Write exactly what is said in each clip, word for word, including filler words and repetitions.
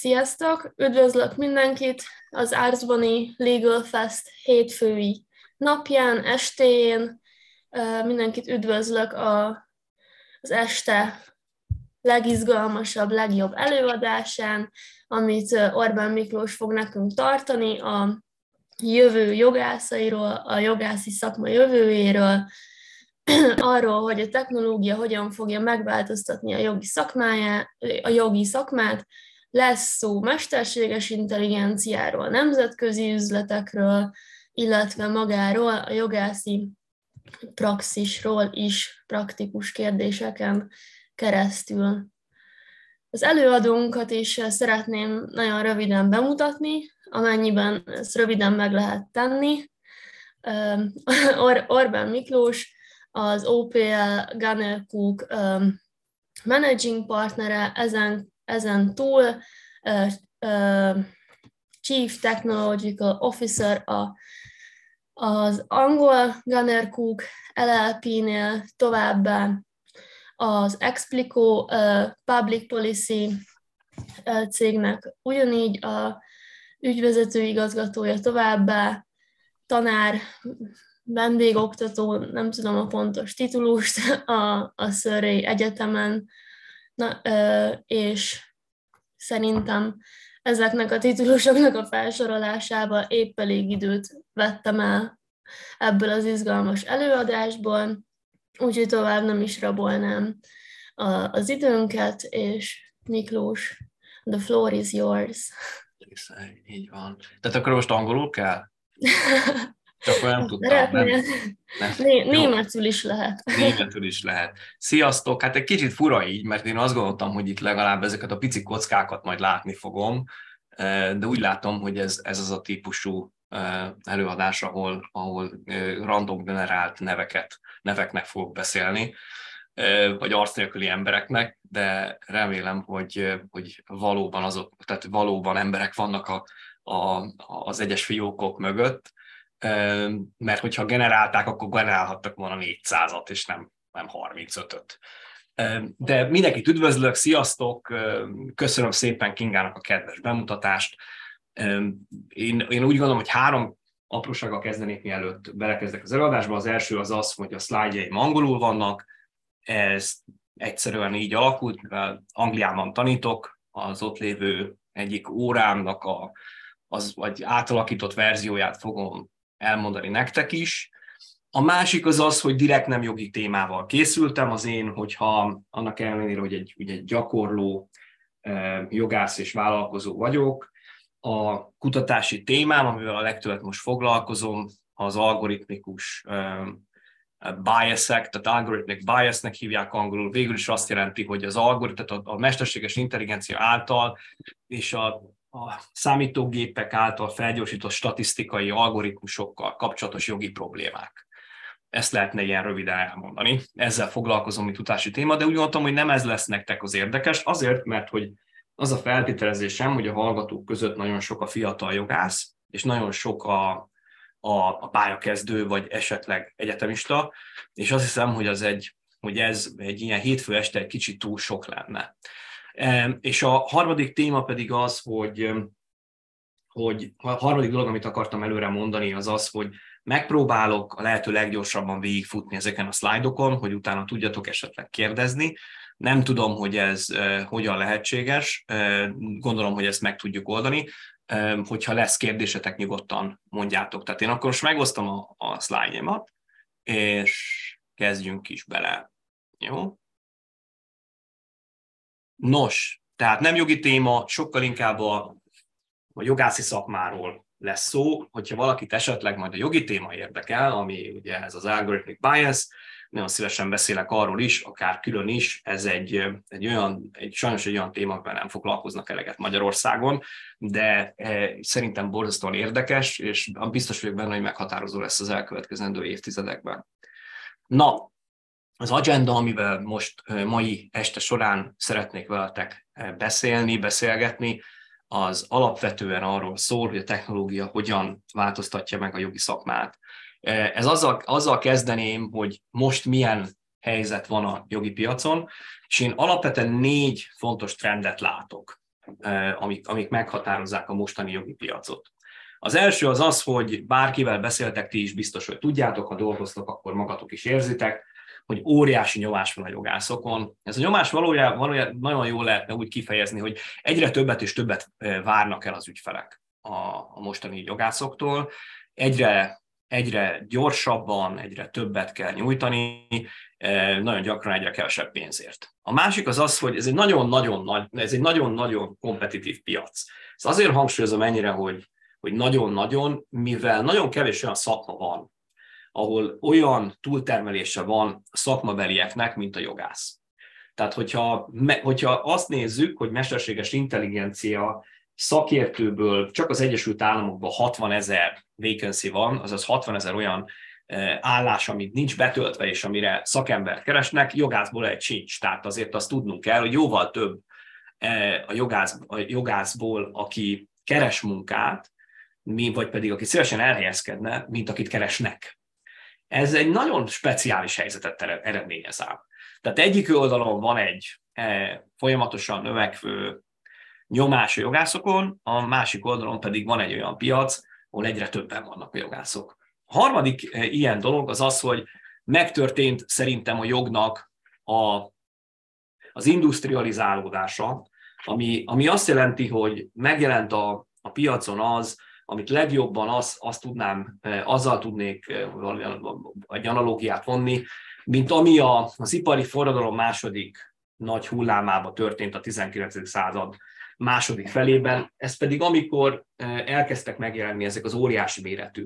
Sziasztok! Üdvözlök mindenkit az Arzboni Legal Fest hétfői napján, estéjén. Mindenkit üdvözlök a, az este legizgalmasabb, legjobb előadásán, amit Orbán Miklós fog nekünk tartani a jövő jogászairól, a jogászi szakma jövőjéről, arról, hogy a technológia hogyan fogja megváltoztatni a jogi szakmáját, a jogi szakmát. Lesz szó mesterséges intelligenciáról, nemzetközi üzletekről, illetve magáról, a jogászi praxisról is, praktikus kérdéseken keresztül. Az előadónkat is szeretném nagyon röviden bemutatni, amennyiben ezt röviden meg lehet tenni. Or- Orbán Miklós, az o pé el Gunnar Cook managing partnere, ezen, ezen túl uh, uh, Chief Technological Officer a, az angol Gunnar Cook el el pé-nél, továbbá az Explico uh, Public Policy uh, cégnek ugyanígy a ügyvezető igazgatója, továbbá tanár, vendégoktató, nem tudom a pontos titulust a, a Surrey Egyetemen, na, és szerintem ezeknek a titulusoknak a felsorolásába épp elég időt vettem el ebből az izgalmas előadásból, úgyhogy tovább nem is rabolnám az időnket, és Miklós, the floor is yours. Így van. Tehát akkor most angolul kell? Csak nem tudtam. Nem, nem. Né- németül is lehet. Németül is lehet. Sziasztok! Hát egy kicsit fura így, mert én azt gondoltam, hogy itt legalább ezeket a pici kockákat majd látni fogom, de úgy látom, hogy ez, ez az a típusú előadás, ahol, ahol random generált neveket, neveknek fogok beszélni, vagy arc nélküli embereknek, de remélem, hogy, hogy valóban azok, tehát valóban emberek vannak a, a, az egyes fiókok mögött, mert hogyha generálták, akkor generálhattak volna négyszázat, és nem, nem harmincötöt. De mindenkit üdvözlök, sziasztok, köszönöm szépen Kingának a kedves bemutatást. Én, én úgy gondolom, hogy három aprósággal kezdenék, mielőtt belekezdek az előadásba. Az első az az, hogy a szlájdjaim angolul vannak, ez egyszerűen így alakult, mivel Angliában tanítok, az ott lévő egyik órámnak a, az, vagy átalakított verzióját fogom elmondani nektek is. A másik az az, hogy direkt nem jogi témával készültem, az én, hogyha annak ellenére, hogy egy, ugye egy gyakorló eh, jogász és vállalkozó vagyok, a kutatási témám, amivel a legtöbbet most foglalkozom, az algoritmikus eh, biasek, tehát algorithmic biasnek hívják angolul, végül is azt jelenti, hogy az algoritmus, a, a mesterséges intelligencia által és a, a számítógépek által felgyorsított statisztikai algoritmusokkal kapcsolatos jogi problémák. Ezt lehetne ilyen röviden elmondani. Ezzel foglalkozom, mint tudási téma, de úgy gondoltam, hogy nem ez lesz nektek az érdekes, azért, mert hogy az a feltételezésem, hogy a hallgatók között nagyon sok a fiatal jogász, és nagyon sok a, a, a pályakezdő, vagy esetleg egyetemista, és azt hiszem, hogy, az egy, hogy ez egy ilyen hétfő este egy kicsit túl sok lenne. És a harmadik téma pedig az, hogy, hogy a harmadik dolog, amit akartam előre mondani, az az, hogy megpróbálok a lehető leggyorsabban végigfutni ezeken a szlájdokon, hogy utána tudjatok esetleg kérdezni. Nem tudom, hogy ez uh, hogyan lehetséges, uh, gondolom, hogy ezt meg tudjuk oldani. Uh, hogyha lesz kérdésetek, nyugodtan mondjátok. Tehát én akkor most megosztom a, a szlájdjaimat, és kezdjünk is bele. Jó? Nos, tehát nem jogi téma, sokkal inkább a, a jogászi szakmáról lesz szó, hogyha valakit esetleg majd a jogi téma érdekel, ami ugye ez az algorithmic bias, nagyon szívesen beszélek arról is, akár külön is, ez egy, egy olyan, egy, sajnos egy olyan téma, amivel nem foglalkoznak eleget Magyarországon, de e, szerintem borzasztóan érdekes, és biztos vagyok benne, hogy meghatározó lesz az elkövetkezendő évtizedekben. Na, az agenda, amivel most mai este során szeretnék veletek beszélni, beszélgetni, az alapvetően arról szól, hogy a technológia hogyan változtatja meg a jogi szakmát. Ez azzal, azzal kezdeném, hogy most milyen helyzet van a jogi piacon, és én alapvetően négy fontos trendet látok. amik, amik meghatározzák a mostani jogi piacot. Az első az az, hogy bárkivel beszéltek, ti is biztos, hogy tudjátok, ha dolgoztok, akkor magatok is érzitek, hogy óriási nyomás van a jogászokon. Ez a nyomás valójában, valójában nagyon jól lehetne úgy kifejezni, hogy egyre többet és többet várnak el az ügyfelek a, a mostani jogászoktól. Egyre, egyre gyorsabban, egyre többet kell nyújtani, nagyon gyakran egyre kevesebb pénzért. A másik az az, hogy ez egy nagyon-nagyon nagy, ez egy nagyon-nagyon kompetitív piac. Ez azért hangsúlyozom ennyire, hogy, hogy nagyon-nagyon, mivel nagyon kevés olyan szakma van, ahol olyan túltermelése van a szakmabelieknek, mint a jogász. Tehát, hogyha, hogyha azt nézzük, hogy mesterséges intelligencia szakértőből csak az Egyesült Államokban hatvanezer vacancy van, azaz hatvanezer olyan állás, amit nincs betöltve, és amire szakembert keresnek, jogászból egy sincs. Tehát azért azt tudnunk kell, hogy jóval több a, jogász, a jogászból, aki keres munkát, vagy pedig aki szívesen elhelyezkedne, mint akit keresnek. Ez egy nagyon speciális helyzetet eredményez ám. Tehát egyik oldalon van egy folyamatosan növekvő nyomás a jogászokon, a másik oldalon pedig van egy olyan piac, ahol egyre többen vannak a jogászok. A harmadik ilyen dolog az az, hogy megtörtént szerintem a jognak a, az industrializálódása, ami, ami azt jelenti, hogy megjelent a, a piacon az, amit legjobban az, azt tudnám, azzal tudnék egy analógiát vonni, mint ami a, az ipari forradalom második nagy hullámában történt a tizenkilencedik század második felében, ez pedig amikor elkezdtek megjelenni ezek az óriási méretű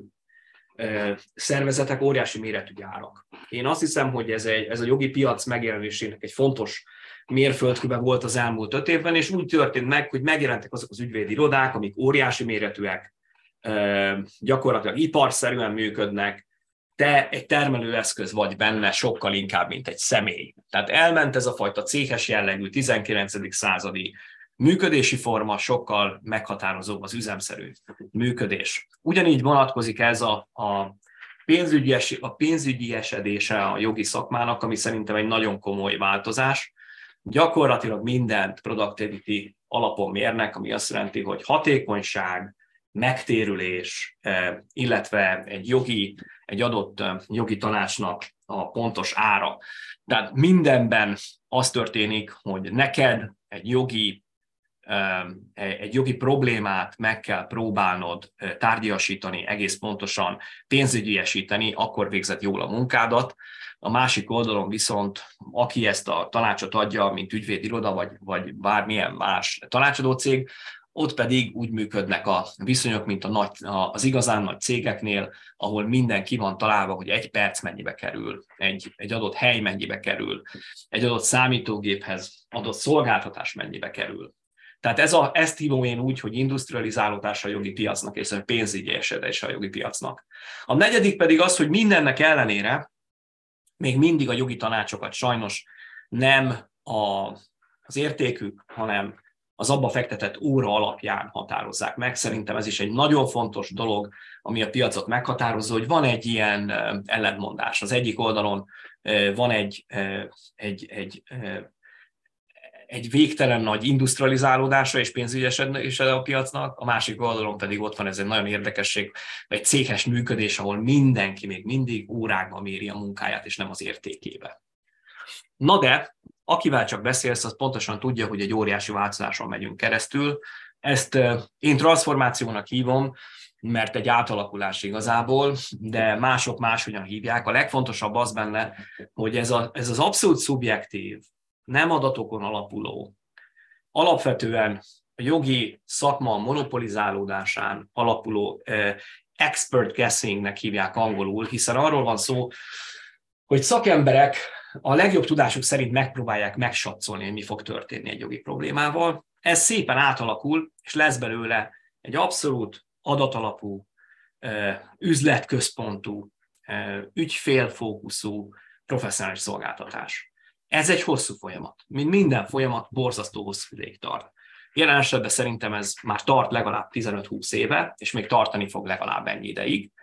szervezetek, óriási méretű gyárak. Én azt hiszem, hogy ez, egy, ez a jogi piac megjelenésének egy fontos mérföldköve volt az elmúlt öt évben, és úgy történt meg, hogy megjelentek azok az ügyvédirodák, amik óriási méretűek, gyakorlatilag iparszerűen működnek, te egy termelőeszköz vagy benne sokkal inkább, mint egy személy. Tehát elment ez a fajta céhes jellegű tizenkilencedik századi működési forma, sokkal meghatározóbb az üzemszerű működés. Ugyanígy vonatkozik ez a, a, pénzügyi, es, a pénzügyi esedése a jogi szakmának, ami szerintem egy nagyon komoly változás. Gyakorlatilag mindent productivity alapon mérnek, ami azt jelenti, hogy hatékonyság, megtérülés, illetve egy jogi, egy adott jogi tanácsnak a pontos ára. Tehát mindenben az történik, hogy neked egy jogi, egy jogi problémát meg kell próbálnod tárgyasítani, egész pontosan pénzügyiesíteni, akkor végzed jól a munkádat. A másik oldalon viszont, aki ezt a tanácsot adja, mint ügyvédiroda, vagy, vagy bármilyen más tanácsadó cég, ott pedig úgy működnek a viszonyok, mint a nagy, az igazán nagy cégeknél, ahol minden ki van találva, hogy egy perc mennyibe kerül, egy, egy adott hely mennyibe kerül, egy adott számítógéphez adott szolgáltatás mennyibe kerül. Tehát ez a, ezt hívom én úgy, hogy industrializálódása a jogi piacnak, és a pénzügyi esedése a jogi piacnak. A negyedik pedig az, hogy mindennek ellenére még mindig a jogi tanácsokat sajnos nem a, az értékük, hanem az abba fektetett óra alapján határozzák meg. Szerintem ez is egy nagyon fontos dolog, ami a piacot meghatározza, hogy van egy ilyen ellentmondás. Az egyik oldalon van egy, egy, egy, egy végtelen nagy industrializálódása és pénzügyesedése a piacnak, a másik oldalon pedig ott van ez egy nagyon érdekesség, egy céges működés, ahol mindenki még mindig órákban méri a munkáját, és nem az értékébe. Na de, akivel csak beszélsz, az pontosan tudja, hogy egy óriási változáson megyünk keresztül. Ezt én transformációnak hívom, mert egy átalakulás igazából, de mások máshogyan hívják. A legfontosabb az benne, hogy ez, a, ez az abszolút szubjektív, nem adatokon alapuló, alapvetően a jogi szakma monopolizálódásán alapuló eh, expert guessingnek hívják angolul, hiszen arról van szó, hogy szakemberek a legjobb tudásuk szerint megpróbálják megsatszolni, hogy mi fog történni egy jogi problémával. Ez szépen átalakul, és lesz belőle egy abszolút adatalapú, üzletközpontú, ügyfélfókuszú, professzionális szolgáltatás. Ez egy hosszú folyamat. Mint minden folyamat, borzasztó hosszú ideig tart. Jelen esetben szerintem ez már tart legalább tizenöt-húsz éve, és még tartani fog legalább ennyi ideig.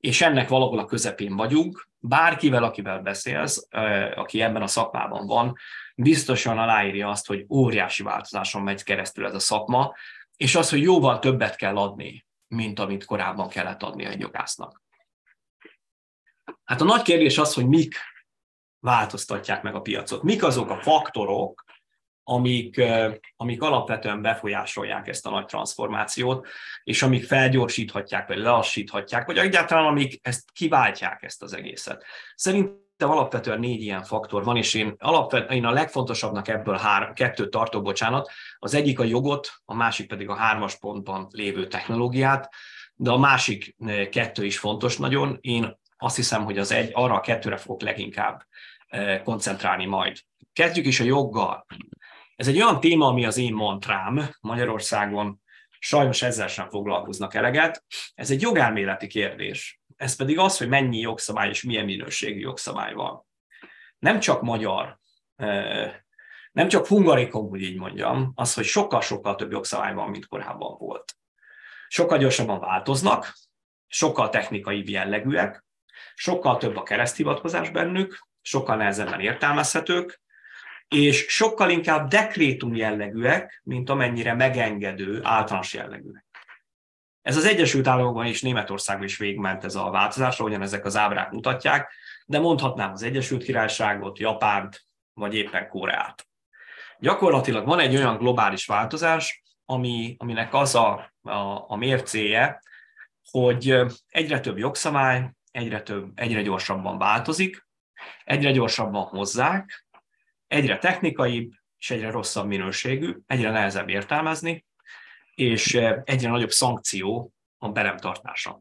és ennek valahol a közepén vagyunk. Bárkivel, akivel beszélsz, aki ebben a szakmában van, biztosan aláírja azt, hogy óriási változáson megy keresztül ez a szakma, és az, hogy jóval többet kell adni, mint amit korábban kellett adni egy jogásznak. Hát a nagy kérdés az, hogy mik változtatják meg a piacot. Mik azok a faktorok, amik, amik alapvetően befolyásolják ezt a nagy transformációt, és amik felgyorsíthatják, vagy lelassíthatják, vagy egyáltalán amik ezt kiváltják ezt az egészet. Szerintem alapvetően négy ilyen faktor van, és én, alapvetően, én a legfontosabbnak ebből három, kettőt tartok, bocsánat, az egyik a jogot, a másik pedig a hármas pontban lévő technológiát, de a másik kettő is fontos nagyon. Én azt hiszem, hogy az egy, arra a kettőre fogok leginkább koncentrálni majd. Kezdjük is a joggal. Ez egy olyan téma, ami az én mantrám. Magyarországon sajnos ezzel sem foglalkoznak eleget. Ez egy jogelméleti kérdés. Ez pedig az, hogy mennyi jogszabály és milyen minőségű jogszabály van. Nem csak magyar, nem csak hungarikum, hogy így mondjam, az, hogy sokkal-sokkal több jogszabály van, mint korábban volt. Sokkal gyorsabban változnak, sokkal technikai jellegűek, sokkal több a kereszthivatkozás bennük, sokkal nehezebben értelmezhetők, és sokkal inkább dekrétum jellegűek, mint amennyire megengedő, általános jellegűek. Ez az Egyesült Államokban és Németországban is végigment ez a változás, ahogyan ezek az ábrák mutatják, de mondhatnám az Egyesült Királyságot, Japánt, vagy éppen Koreát. Gyakorlatilag van egy olyan globális változás, ami, aminek az a, a, a mércéje, hogy egyre több jogszabály, egyre, több, egyre gyorsabban változik, egyre gyorsabban hozzák, egyre technikaibb és egyre rosszabb minőségű, egyre nehezebb értelmezni, és egyre nagyobb szankció a be nem tartása.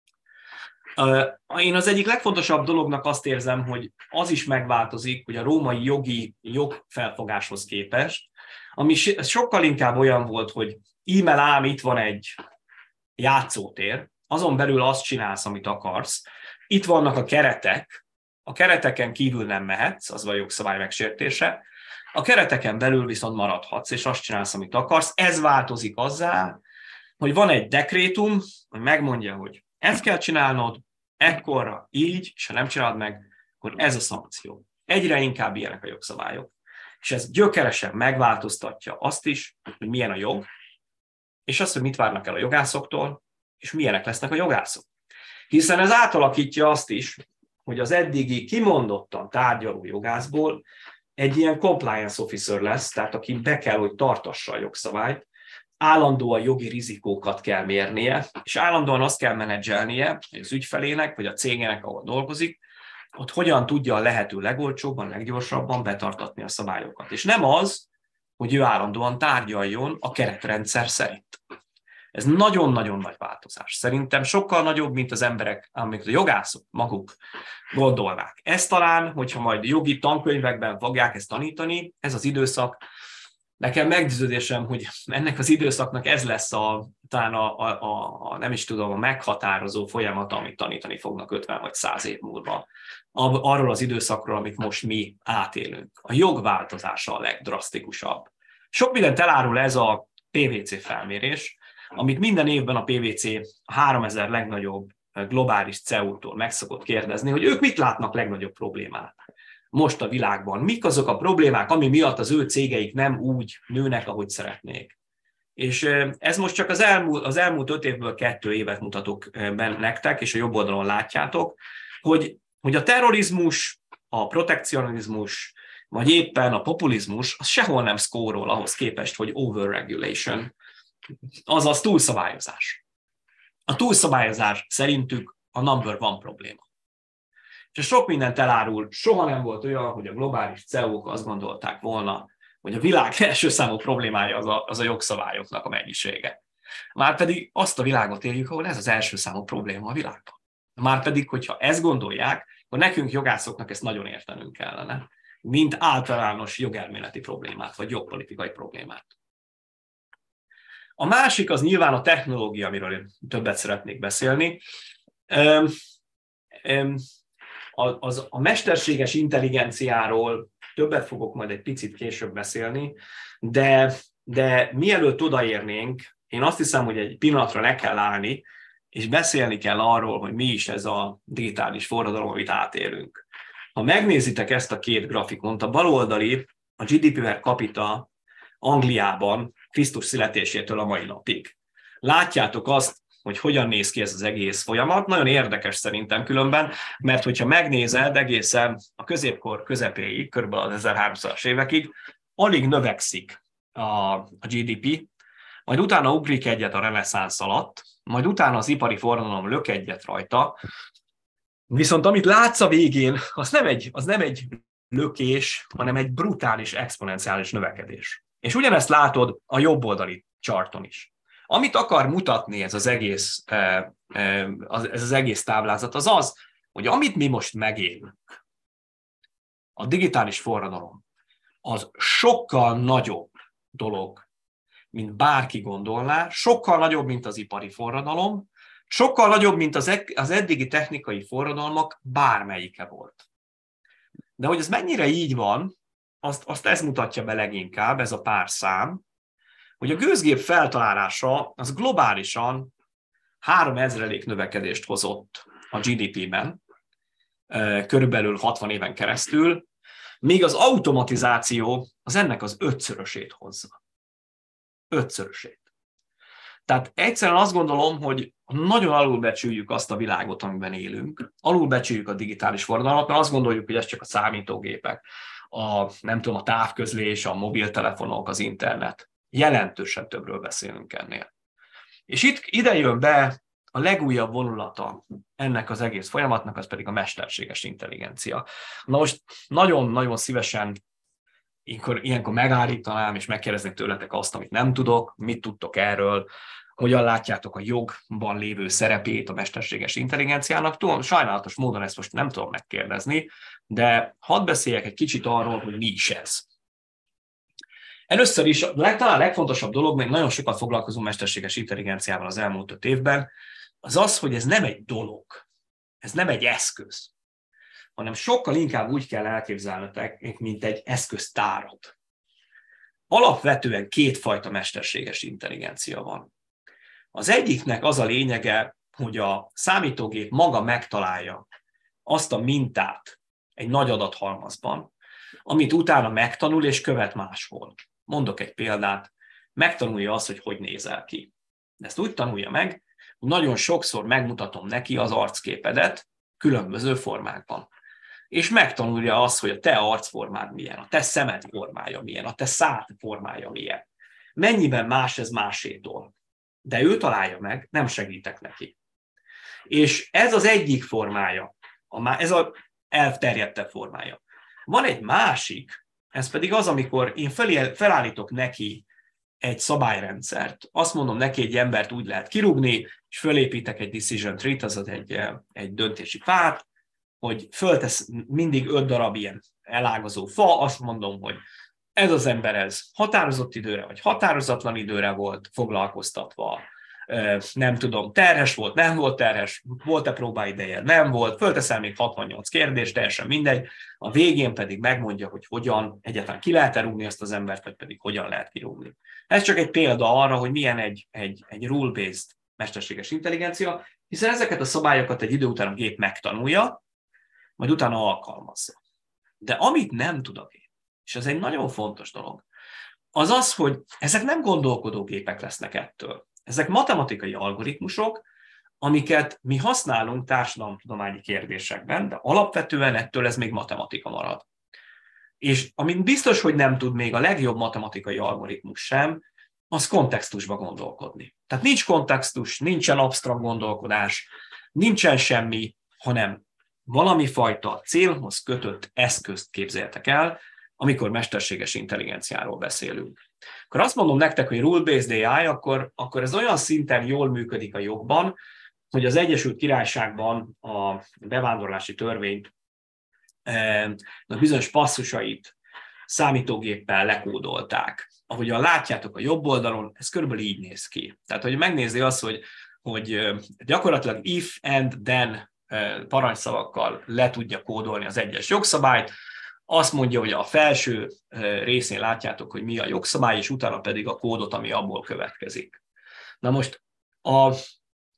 Én az egyik legfontosabb dolognak azt érzem, hogy az is megváltozik, hogy a római jogi jogfelfogáshoz képest, ami sokkal inkább olyan volt, hogy íme ám itt van egy játszótér, azon belül azt csinálsz, amit akarsz, itt vannak a keretek, a kereteken kívül nem mehetsz, az a jogszabály megsértése, a kereteken belül viszont maradhatsz, és azt csinálsz, amit akarsz. Ez változik azzá, hogy van egy dekrétum, hogy megmondja, hogy ezt kell csinálnod, ekkorra, így, és ha nem csinálod meg, akkor ez a szankció. Egyre inkább ilyenek a jogszabályok. És ez gyökeresen megváltoztatja azt is, hogy milyen a jog, és azt, hogy mit várnak el a jogászoktól, és milyenek lesznek a jogászok. Hiszen ez átalakítja azt is, hogy az eddigi kimondottan tárgyaló jogászból egy ilyen compliance officer lesz, tehát aki be kell, hogy tartassa a jogszabályt, állandóan jogi rizikókat kell mérnie, és állandóan azt kell menedzselnie, hogy az ügyfelének, vagy a cégének, ahol dolgozik, ott hogyan tudja a lehető legolcsóbban, leggyorsabban betartatni a szabályokat. És nem az, hogy ő állandóan tárgyaljon a keretrendszer szerint. Ez nagyon-nagyon nagy változás. Szerintem sokkal nagyobb, mint az emberek, amit a jogászok maguk gondolnák. Ez talán, hogyha majd jogi tankönyvekben fogják ezt tanítani, ez az időszak, nekem meggyőződésem, hogy ennek az időszaknak ez lesz a, talán a, a, a, a nem is tudom, a meghatározó folyamat, amit tanítani fognak ötven vagy száz év múlva. Arról az időszakról, amit most mi átélünk. A jogváltozása a legdrasztikusabb. Sok mindent elárul ez a pé vé cé felmérés, amit minden évben a pé vé cé a háromezer legnagyobb globális cé e ó-tól meg szokott kérdezni, hogy ők mit látnak legnagyobb problémát most a világban. Mik azok a problémák, ami miatt az ő cégeik nem úgy nőnek, ahogy szeretnék. És ez most csak az elmúlt, az elmúlt öt évből kettő évet mutatok benne nektek, és a jobb oldalon látjátok, hogy, hogy a terrorizmus, a protekcionizmus, vagy éppen a populizmus, az sehol nem szkórol ahhoz képest, hogy overregulation, azaz túlszabályozás. A túlszabályozás szerintük a number one probléma. És sok mindent elárul, soha nem volt olyan, hogy a globális cé e ó-k azt gondolták volna, hogy a világ első számú problémája az a, az a jogszabályoknak a mennyisége. Márpedig azt a világot éljük, ahol ez az első számú probléma a világban. Márpedig, hogyha ezt gondolják, akkor nekünk jogászoknak ezt nagyon értenünk kellene, mint általános jogelméleti problémát, vagy jogpolitikai problémát. A másik az nyilván a technológia, amiről én többet szeretnék beszélni. Az, a mesterséges intelligenciáról többet fogok majd egy picit később beszélni, de, de mielőtt odaérnénk, én azt hiszem, hogy egy pillanatra le kell állni, és beszélni kell arról, hogy mi is ez a digitális forradalom, amit átélünk. Ha megnézitek ezt a két grafikont, a baloldali a gé dé pé per capita Angliában Krisztus születésétől a mai napig. Látjátok azt, hogy hogyan néz ki ez az egész folyamat. Nagyon érdekes szerintem különben, mert hogyha megnézed egészen a középkor közepéig, kb. Az ezerháromszázas évekig, alig növekszik a, a gé dé pé, majd utána ugrik egyet a reneszánsz alatt, majd utána az ipari forradalom lök egyet rajta, viszont amit látsz a végén, az nem egy, az nem egy lökés, hanem egy brutális, exponenciális növekedés. És ugyanezt látod a jobb oldali charton is. Amit akar mutatni ez az egész, ez az egész táblázat, az az, hogy amit mi most megélünk, a digitális forradalom, az sokkal nagyobb dolog, mint bárki gondolná, sokkal nagyobb, mint az ipari forradalom, sokkal nagyobb, mint az, az eddigi technikai forradalmak bármelyike volt. De hogy ez mennyire így van, azt, azt ez mutatja be leginkább, ez a pár szám, hogy a gőzgép feltalálása az globálisan három ezrelék növekedést hozott a gé dé pében, körülbelül hatvan éven keresztül, míg az automatizáció az ennek az ötszörösét hozza. Ötszörösét. Tehát egyszerűen azt gondolom, hogy nagyon alulbecsüljük azt a világot, amiben élünk, alulbecsüljük a digitális forradalmat, mert azt gondoljuk, hogy ez csak a számítógépek, a, nem tudom, a távközlés, a mobiltelefonok, az internet. Jelentősen többről beszélünk ennél. És itt ide jön be a legújabb vonulata ennek az egész folyamatnak, az pedig a mesterséges intelligencia. Na most nagyon-nagyon szívesen ilyenkor, ilyenkor megállítanám, és megkérdeznék tőletek azt, amit nem tudok, mit tudtok erről, hogyan látjátok a jogban lévő szerepét a mesterséges intelligenciának. Tudom, sajnálatos módon ezt most nem tudom megkérdezni, de hadd beszéljek egy kicsit arról, hogy mi is ez. Először is talán a legfontosabb dolog, még nagyon sokat foglalkozunk mesterséges intelligenciával az elmúlt öt évben, az az, hogy ez nem egy dolog, ez nem egy eszköz, hanem sokkal inkább úgy kell elképzelnetek, mint egy eszköztárat. Alapvetően kétfajta mesterséges intelligencia van. Az egyiknek az a lényege, hogy a számítógép maga megtalálja azt a mintát egy nagy adathalmazban, amit utána megtanul és követ máshol. Mondok egy példát, megtanulja azt, hogy hogy nézel ki. De ezt úgy tanulja meg, hogy nagyon sokszor megmutatom neki az arcképedet különböző formákban. És megtanulja azt, hogy a te arcformád milyen, a te szemed formája milyen, a te szád formája milyen. Mennyiben más ez másétól. De ő találja meg, nem segítek neki. És ez az egyik formája, ez az elterjedtebb formája. Van egy másik, ez pedig az, amikor én felállítok neki egy szabályrendszert. Azt mondom neki, egy embert úgy lehet kirúgni, és fölépítek egy decision tree-t, azaz egy, egy döntési fát, hogy föltesz mindig öt darab ilyen elágazó fa, azt mondom, hogy ez az ember ez határozott időre, vagy határozatlan időre volt foglalkoztatva, nem tudom, terhes volt, nem volt terhes, volt-e próbáideje, nem volt, fölteszel még hatvannyolc kérdést, teljesen mindegy, a végén pedig megmondja, hogy hogyan egyáltalán ki lehet rúgni ezt az embert, vagy pedig hogyan lehet kirúgni. Ez csak egy példa arra, hogy milyen egy, egy, egy rule-based mesterséges intelligencia, hiszen ezeket a szabályokat egy idő után a gép megtanulja, majd utána alkalmazza. De amit nem tud a gép, és ez egy nagyon fontos dolog, az az, hogy ezek nem gondolkodó gépek lesznek ettől. Ezek matematikai algoritmusok, amiket mi használunk társadalomtudományi kérdésekben, de alapvetően ettől ez még matematika marad. És amit biztos, hogy nem tud még a legjobb matematikai algoritmus sem, az kontextusba gondolkodni. Tehát nincs kontextus, nincsen absztrakt gondolkodás, nincsen semmi, hanem valami fajta célhoz kötött eszközt képzeljetek el, amikor mesterséges intelligenciáról beszélünk. Akkor azt mondom nektek, hogy rule-based á i, akkor, akkor ez olyan szinten jól működik a jogban, hogy az Egyesült Királyságban a bevándorlási törvényt a bizonyos passzusait számítógéppel lekódolták. Ahogyan látjátok a jobb oldalon, ez körülbelül így néz ki. Tehát, hogy megnézi azt, hogy, hogy gyakorlatilag if and then parancsszavakkal le tudja kódolni az egyes jogszabályt, azt mondja, hogy a felső részén látjátok, hogy mi a jogszabály, és utána pedig a kódot, ami abból következik. Na most a,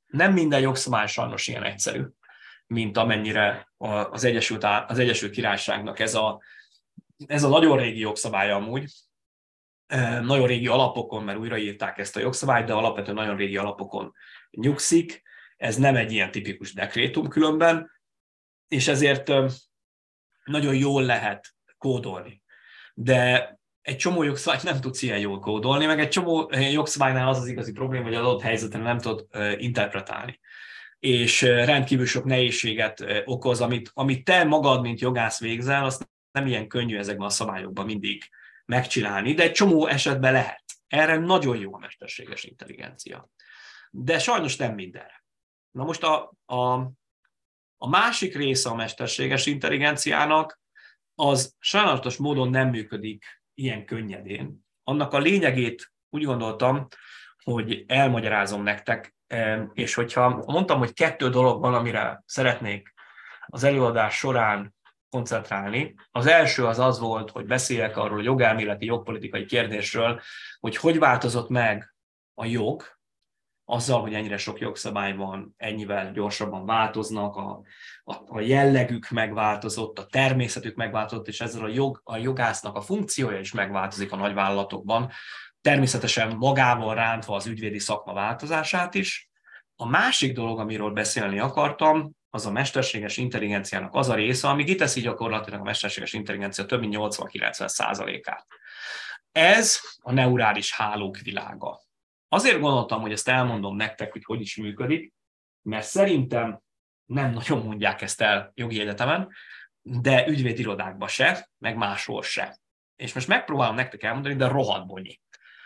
Nem minden jogszabály sajnos ilyen egyszerű, mint amennyire az Egyesült, az Egyesült Királyságnak ez a, ez a nagyon régi jogszabálya amúgy, nagyon régi alapokon, mert újraírták ezt a jogszabályt, de alapvetően nagyon régi alapokon nyugszik. Ez nem egy ilyen tipikus dekrétum különben, és ezért nagyon jól lehet kódolni. De egy csomó jogszabályt nem tudsz ilyen jól kódolni, meg egy csomó jogszabálynál az az igazi probléma, hogy az adott helyzetre nem tudod interpretálni. És rendkívül sok nehézséget okoz, amit, amit te magad, mint jogász végzel, azt nem ilyen könnyű ezekben a szabályokban mindig megcsinálni, de egy csomó esetben lehet. Erre nagyon jó a mesterséges intelligencia. De sajnos nem mindenre. Na most a, a, a másik része a mesterséges intelligenciának, az sajnálatos módon nem működik ilyen könnyedén. Annak a lényegét úgy gondoltam, hogy elmagyarázom nektek, és hogyha mondtam, hogy kettő dolog van, amire szeretnék az előadás során koncentrálni. Az első az az volt, hogy beszéljek arról a jogelméleti, jogpolitikai kérdésről, hogy hogy változott meg a jog, azzal, hogy ennyire sok jogszabály van, ennyivel gyorsabban változnak, a, a, a jellegük megváltozott, a természetük megváltozott, és ezzel a, jog, a jogásznak a funkciója is megváltozik a nagyvállalatokban, természetesen magával rántva az ügyvédi szakma változását is. A másik dolog, amiről beszélni akartam, az a mesterséges intelligenciának az a része, ami kiteszi gyakorlatilag a mesterséges intelligencia több mint nyolcvan-kilencven százalékát. Ez a neurális hálók világa. Azért gondoltam, hogy ezt elmondom nektek, hogy hogy is működik, mert szerintem nem nagyon mondják ezt el jogi egyetemen, de ügyvédirodákban se, meg máshol se. És most megpróbálom nektek elmondani, de rohadt bonyolult.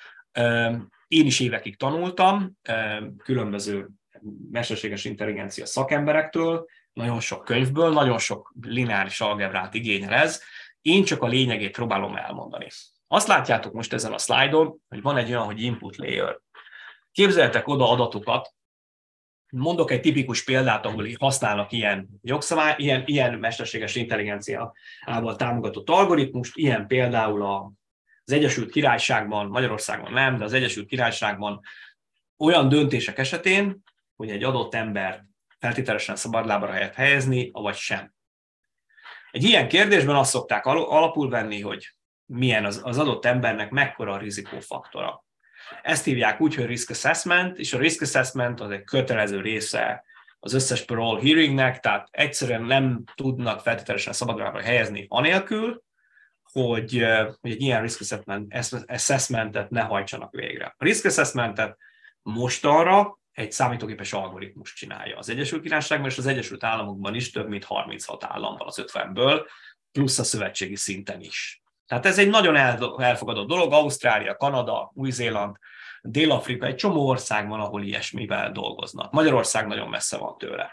Én is évekig tanultam, különböző mesterséges intelligencia szakemberektől, nagyon sok könyvből, nagyon sok lineáris algebrát igényel ez. Én csak a lényegét próbálom elmondani. Azt látjátok most ezen a szlájdon, hogy van egy olyan, hogy input layer. Képzeljetek oda adatokat, mondok egy tipikus példát, ahol használnak ilyen jogszabály, ilyen, ilyen mesterséges intelligenciával támogatott algoritmust, ilyen például az Egyesült Királyságban, Magyarországon nem, de az Egyesült Királyságban olyan döntések esetén, hogy egy adott embert feltételesen szabadlábra lehet helyezni, avagy sem. Egy ilyen kérdésben azt szokták alapul venni, hogy milyen az, az adott embernek mekkora a rizikófaktora. Ezt hívják úgy, hogy risk assessment, és a risk assessment az egy kötelező része az összes parole hearingnek, tehát egyszerűen nem tudnak feltételesen szabadlábra helyezni anélkül, hogy, hogy egy ilyen risk assessmentet ne hajtsanak végre. A risk assessmentet mostanra egy számítógépes algoritmus csinálja. Az Egyesült Királyságban és az Egyesült Államokban is több mint harminchat állam van az ötvenből, plusz a szövetségi szinten is. Tehát ez egy nagyon elfogadott dolog, Ausztrália, Kanada, Új-Zéland, Dél-Afrika, egy csomó ország van, ahol ilyesmivel dolgoznak. Magyarország nagyon messze van tőle.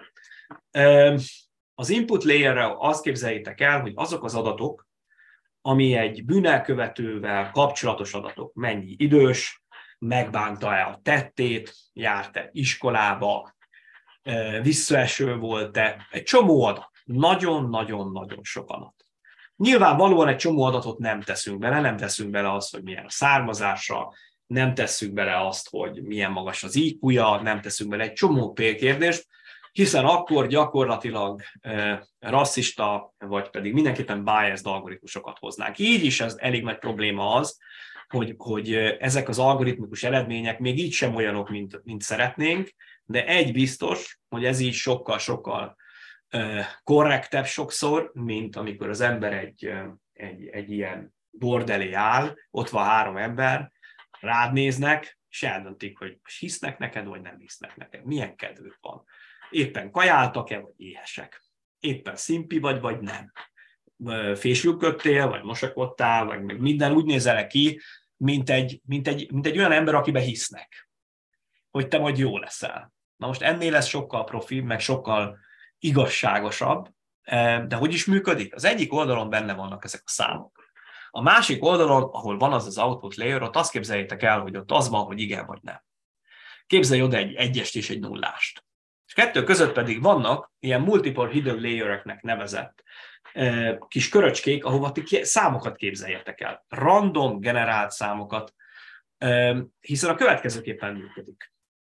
Az input layerre azt képzeljétek el, hogy azok az adatok, ami egy bűnelkövetővel kapcsolatos adatok, mennyi idős, megbánta-e a tettét, járt-e iskolába, visszaeső volt-e, egy csomó adat, nagyon-nagyon-nagyon sok adat. Nyilvánvalóan egy csomó adatot nem teszünk bele, nem teszünk bele azt, hogy milyen a származása, nem tesszük bele azt, hogy milyen magas az í kú-ja, nem teszünk bele egy csomó kérdést, hiszen akkor gyakorlatilag e, rasszista, vagy pedig mindenképpen biased algoritmusokat hoznánk. Így is ez elég nagy probléma az, hogy, hogy ezek az algoritmikus eredmények még így sem olyanok, mint, mint szeretnénk, de egy biztos, hogy ez így sokkal-sokkal korrektebb sokszor, mint amikor az ember egy, egy, egy ilyen bord elé áll, ott van három ember, rád néznek, és eldöntik, hogy hisznek neked, vagy nem hisznek neked. Milyen kedvük van. Éppen kajáltak-e, vagy éhesek. Éppen szimpi vagy, vagy nem. Fésülködtél, vagy mosakodtál, vagy minden úgy nézel ki, mint egy, mint, egy, mint egy olyan ember, akiben hisznek, hogy te majd jó leszel. Na most ennél ez sokkal profibb, meg sokkal igazságosabb, de hogy is működik? Az egyik oldalon benne vannak ezek a számok. A másik oldalon, ahol van az az output layer, ott azt képzeljétek el, hogy ott az van, hogy igen vagy nem. Képzelj oda egy egyest és egy nullást. És kettő között pedig vannak ilyen multiple hidden layereknek nevezett kis köröcskék, ahova ti számokat képzeljetek el. Random generált számokat, hiszen a következőképpen működik.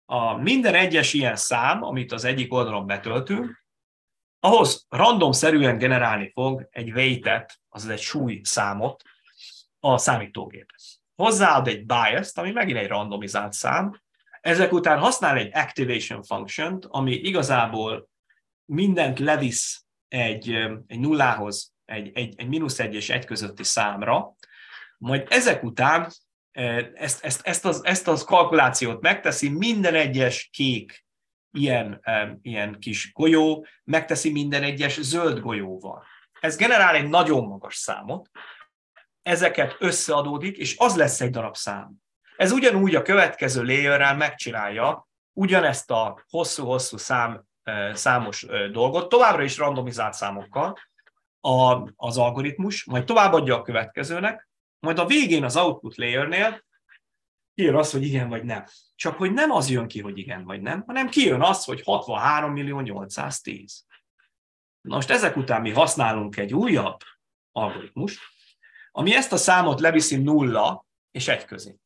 a minden egyes ilyen szám, amit az egyik oldalon betöltünk, ahhoz randomszerűen generálni fog egy weightet, azaz egy súlyszámot a számítógép. Hozzáad egy bias-t, ami megint egy randomizált szám, ezek után használ egy activation function-t, ami igazából mindent levisz egy, egy nullához, egy, egy, egy mínusz egy és egy közötti számra, majd ezek után ezt, ezt, ezt, az, ezt az kalkulációt megteszi minden egyes kék ilyen, ilyen kis golyó, megteszi minden egyes zöld golyóval. Ez generál egy nagyon magas számot, ezeket összeadódik, és az lesz egy darab szám. Ez ugyanúgy a következő layerrel megcsinálja ugyanezt a hosszú-hosszú szám, számos dolgot, továbbra is randomizált számokkal az algoritmus, majd továbbadja a következőnek, majd a végén az output layernél kijön az, hogy igen vagy nem. Csak hogy nem az jön ki, hogy igen vagy nem, hanem kijön az, hogy hatvanhárom millió nyolcszáztíz. Na most ezek után mi használunk egy újabb algoritmust, ami ezt a számot leviszi nulla és egy közé.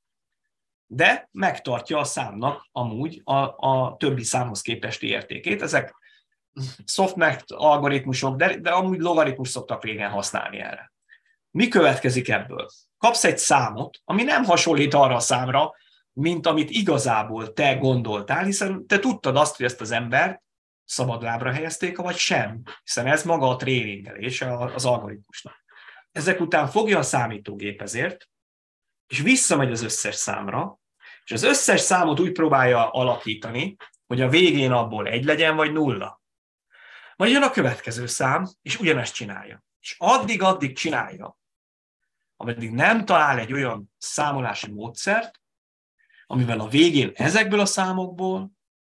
De megtartja a számnak amúgy a, a többi számhoz képesti értékét. Ezek softmax algoritmusok, de, de amúgy logaritmus szoktak régen használni erre. Mi következik ebből? Kapsz egy számot, ami nem hasonlít arra a számra, mint amit igazából te gondoltál, hiszen te tudtad azt, hogy ezt az embert szabadlábra helyezték, vagy sem, hiszen ez maga a tréningelése az algoritmusnak. Ezek után fogja a számítógép ezért, és visszamegy az összes számra, és az összes számot úgy próbálja alakítani, hogy a végén abból egy legyen, vagy nulla. Majd jön a következő szám, és ugyanezt csinálja. És addig-addig csinálja, ameddig nem talál egy olyan számolási módszert, amivel a végén ezekből a számokból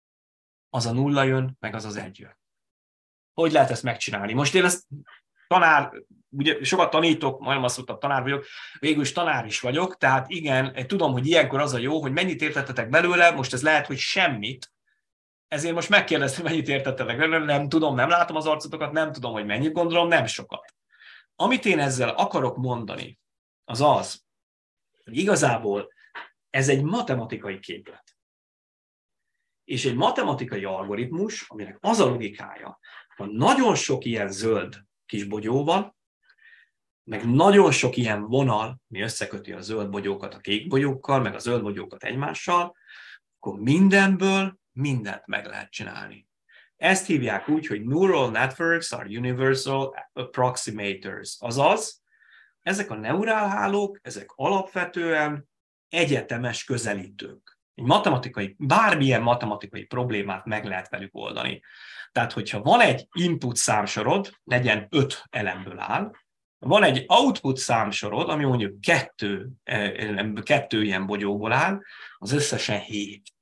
az a nulla jön, meg az az egy jön. Hogy lehet ezt megcsinálni? Most én ezt tanár, ugye sokat tanítok, majdnem azt mondtam, tanár vagyok, végül is tanár is vagyok, tehát igen, tudom, hogy ilyenkor az a jó, hogy mennyit értettetek belőle, most ez lehet, hogy semmit, ezért most megkérdeztem, mennyit értettetek belőle, nem tudom, nem látom az arcotokat, nem tudom, hogy mennyit gondolom, nem sokat. Amit én ezzel akarok mondani, az az, hogy igazából ez egy matematikai képlet. És egy matematikai algoritmus, aminek az a logikája, hogy nagyon sok ilyen zöld kis bogyó van, meg nagyon sok ilyen vonal, ami összeköti a zöld bogyókat a kék bogyókkal, meg a zöld bogyókat egymással, akkor mindenből mindent meg lehet csinálni. Ezt hívják úgy, hogy Neural Networks are Universal Approximators. Azaz, ezek a neurálhálók, ezek alapvetően egyetemes közelítők. Egy matematikai, bármilyen matematikai problémát meg lehet velük oldani. Tehát, hogyha van egy input számsorod, legyen öt elemből áll, van egy output számsorod, ami mondjuk kettő, kettő ilyen bogyóból áll, az összesen hét.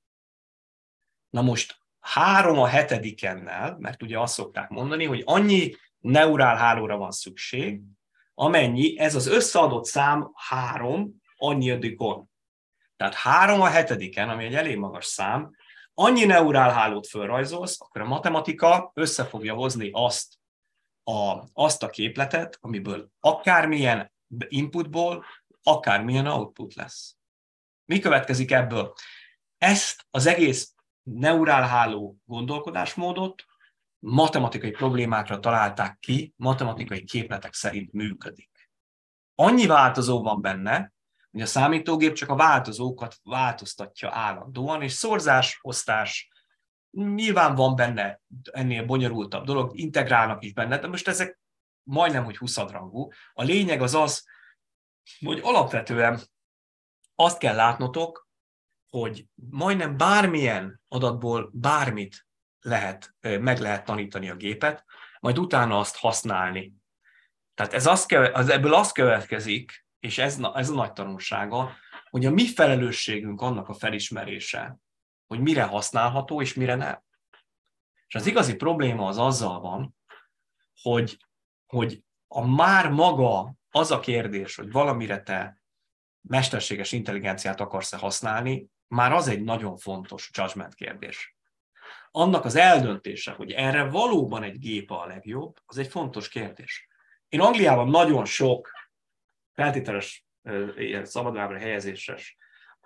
Na most három a hetedikennel, mert ugye azt szokták mondani, hogy annyi neurálhálóra van szükség, amennyi, ez az összeadott szám három annyiadikon. Tehát három a hetediken, ami egy elég magas szám, annyi neurálhálót fölrajzolsz, akkor a matematika össze fogja hozni azt a, azt a képletet, amiből akármilyen inputból, akármilyen output lesz. Mi következik ebből? Ezt az egész neurálháló gondolkodásmódot matematikai problémákra találták ki, matematikai képletek szerint működik. Annyi változó van benne, hogy a számítógép csak a változókat változtatja állandóan, és szorzás, osztás, nyilván van benne ennél bonyolultabb dolog, integrálnak is benne, de most ezek majdnem, hogy huszadrangú. A lényeg az az, hogy alapvetően azt kell látnotok, hogy majdnem bármilyen adatból bármit lehet, meg lehet tanítani a gépet, majd utána azt használni. Tehát ez az, az ebből az következik, és ez, ez a nagy tanulsága, hogy a mi felelősségünk annak a felismerése, hogy mire használható, és mire nem. És az igazi probléma az azzal van, hogy, hogy a már maga az a kérdés, hogy valamire te mesterséges intelligenciát akarsz-e használni, már az egy nagyon fontos judgment kérdés. Annak az eldöntése, hogy erre valóban egy gép a legjobb, az egy fontos kérdés. Én Angliában nagyon sok feltételes szabadlábra helyezéses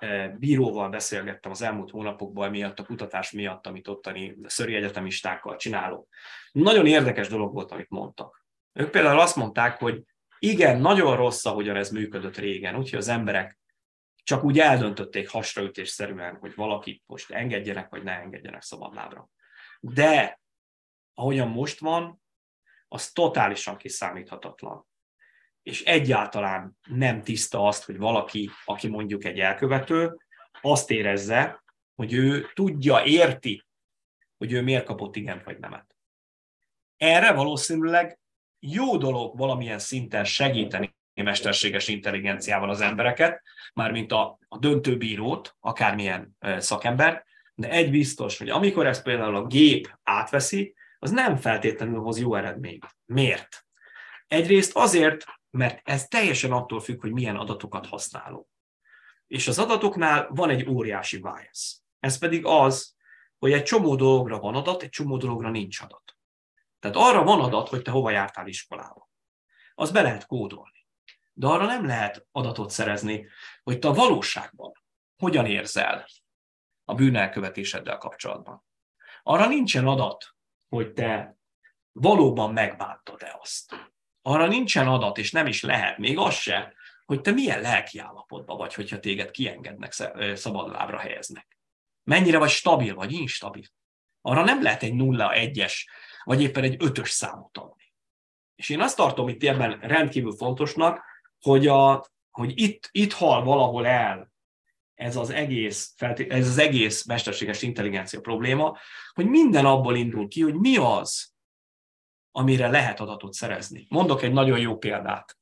bíróval beszélgettem az elmúlt hónapokban miatt, a kutatás miatt, amit ottani szöri egyetemistákkal csinálok. Nagyon érdekes dolog volt, amit mondtak. Ők például azt mondták, hogy igen, nagyon rossz, ahogyan ez működött régen, úgyhogy az emberek csak úgy eldöntötték hasraütésszerűen, hogy valakit most engedjenek, vagy ne engedjenek szabadlábra. De ahogyan most van, az totálisan kiszámíthatatlan. És egyáltalán nem tiszta azt, hogy valaki, aki mondjuk egy elkövető, azt érezze, hogy ő tudja, érti, hogy ő miért kapott igent vagy nemet. Erre valószínűleg jó dolog valamilyen szinten segíteni mesterséges intelligenciával az embereket, mármint a, a döntőbírót, akármilyen szakember, de egy biztos, hogy amikor ezt például a gép átveszi, az nem feltétlenül hoz jó eredményt. Miért? Egyrészt azért, mert ez teljesen attól függ, hogy milyen adatokat használunk. És az adatoknál van egy óriási bias. Ez pedig az, hogy egy csomó dologra van adat, egy csomó dologra nincs adat. Tehát arra van adat, hogy te hova jártál iskolába. Az be lehet kódolni. De arra nem lehet adatot szerezni, hogy te a valóságban hogyan érzel a bűnelkövetéseddel kapcsolatban. Arra nincsen adat, hogy te valóban megbántad-e azt. Arra nincsen adat, és nem is lehet, még az se, hogy te milyen lelki állapotban vagy, hogyha téged kiengednek, szabadlábra helyeznek. Mennyire vagy stabil, vagy instabil. Arra nem lehet egy nulla, egyes, vagy éppen egy ötös számot adni. És én azt tartom itt ebben rendkívül fontosnak, hogy, a, hogy itt, itt hal valahol el ez az, egész, ez az egész mesterséges intelligencia probléma, hogy minden abból indul ki, hogy mi az, amire lehet adatot szerezni. Mondok egy nagyon jó példát.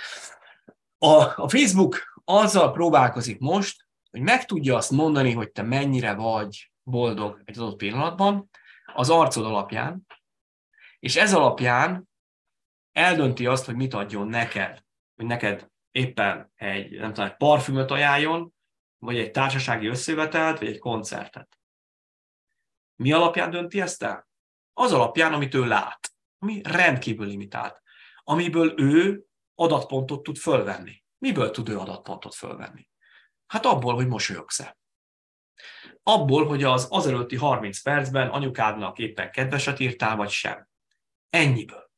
A, a Facebook azzal próbálkozik most, hogy meg tudja azt mondani, hogy te mennyire vagy boldog egy adott pillanatban, az arcod alapján, és ez alapján eldönti azt, hogy mit adjon neked, hogy neked éppen egy, nem tudom, egy parfümöt ajánljon, vagy egy társasági összejövetelt, vagy egy koncertet. Mi alapján dönti ezt el? Az alapján, amit ő lát, ami rendkívül limitált, amiből ő adatpontot tud fölvenni. Miből tud ő adatpontot fölvenni? Hát abból, hogy mosolyogsz-e. Abból, hogy az azelőtti harminc percben anyukádnak éppen kedveset írtál, vagy sem. Ennyiből.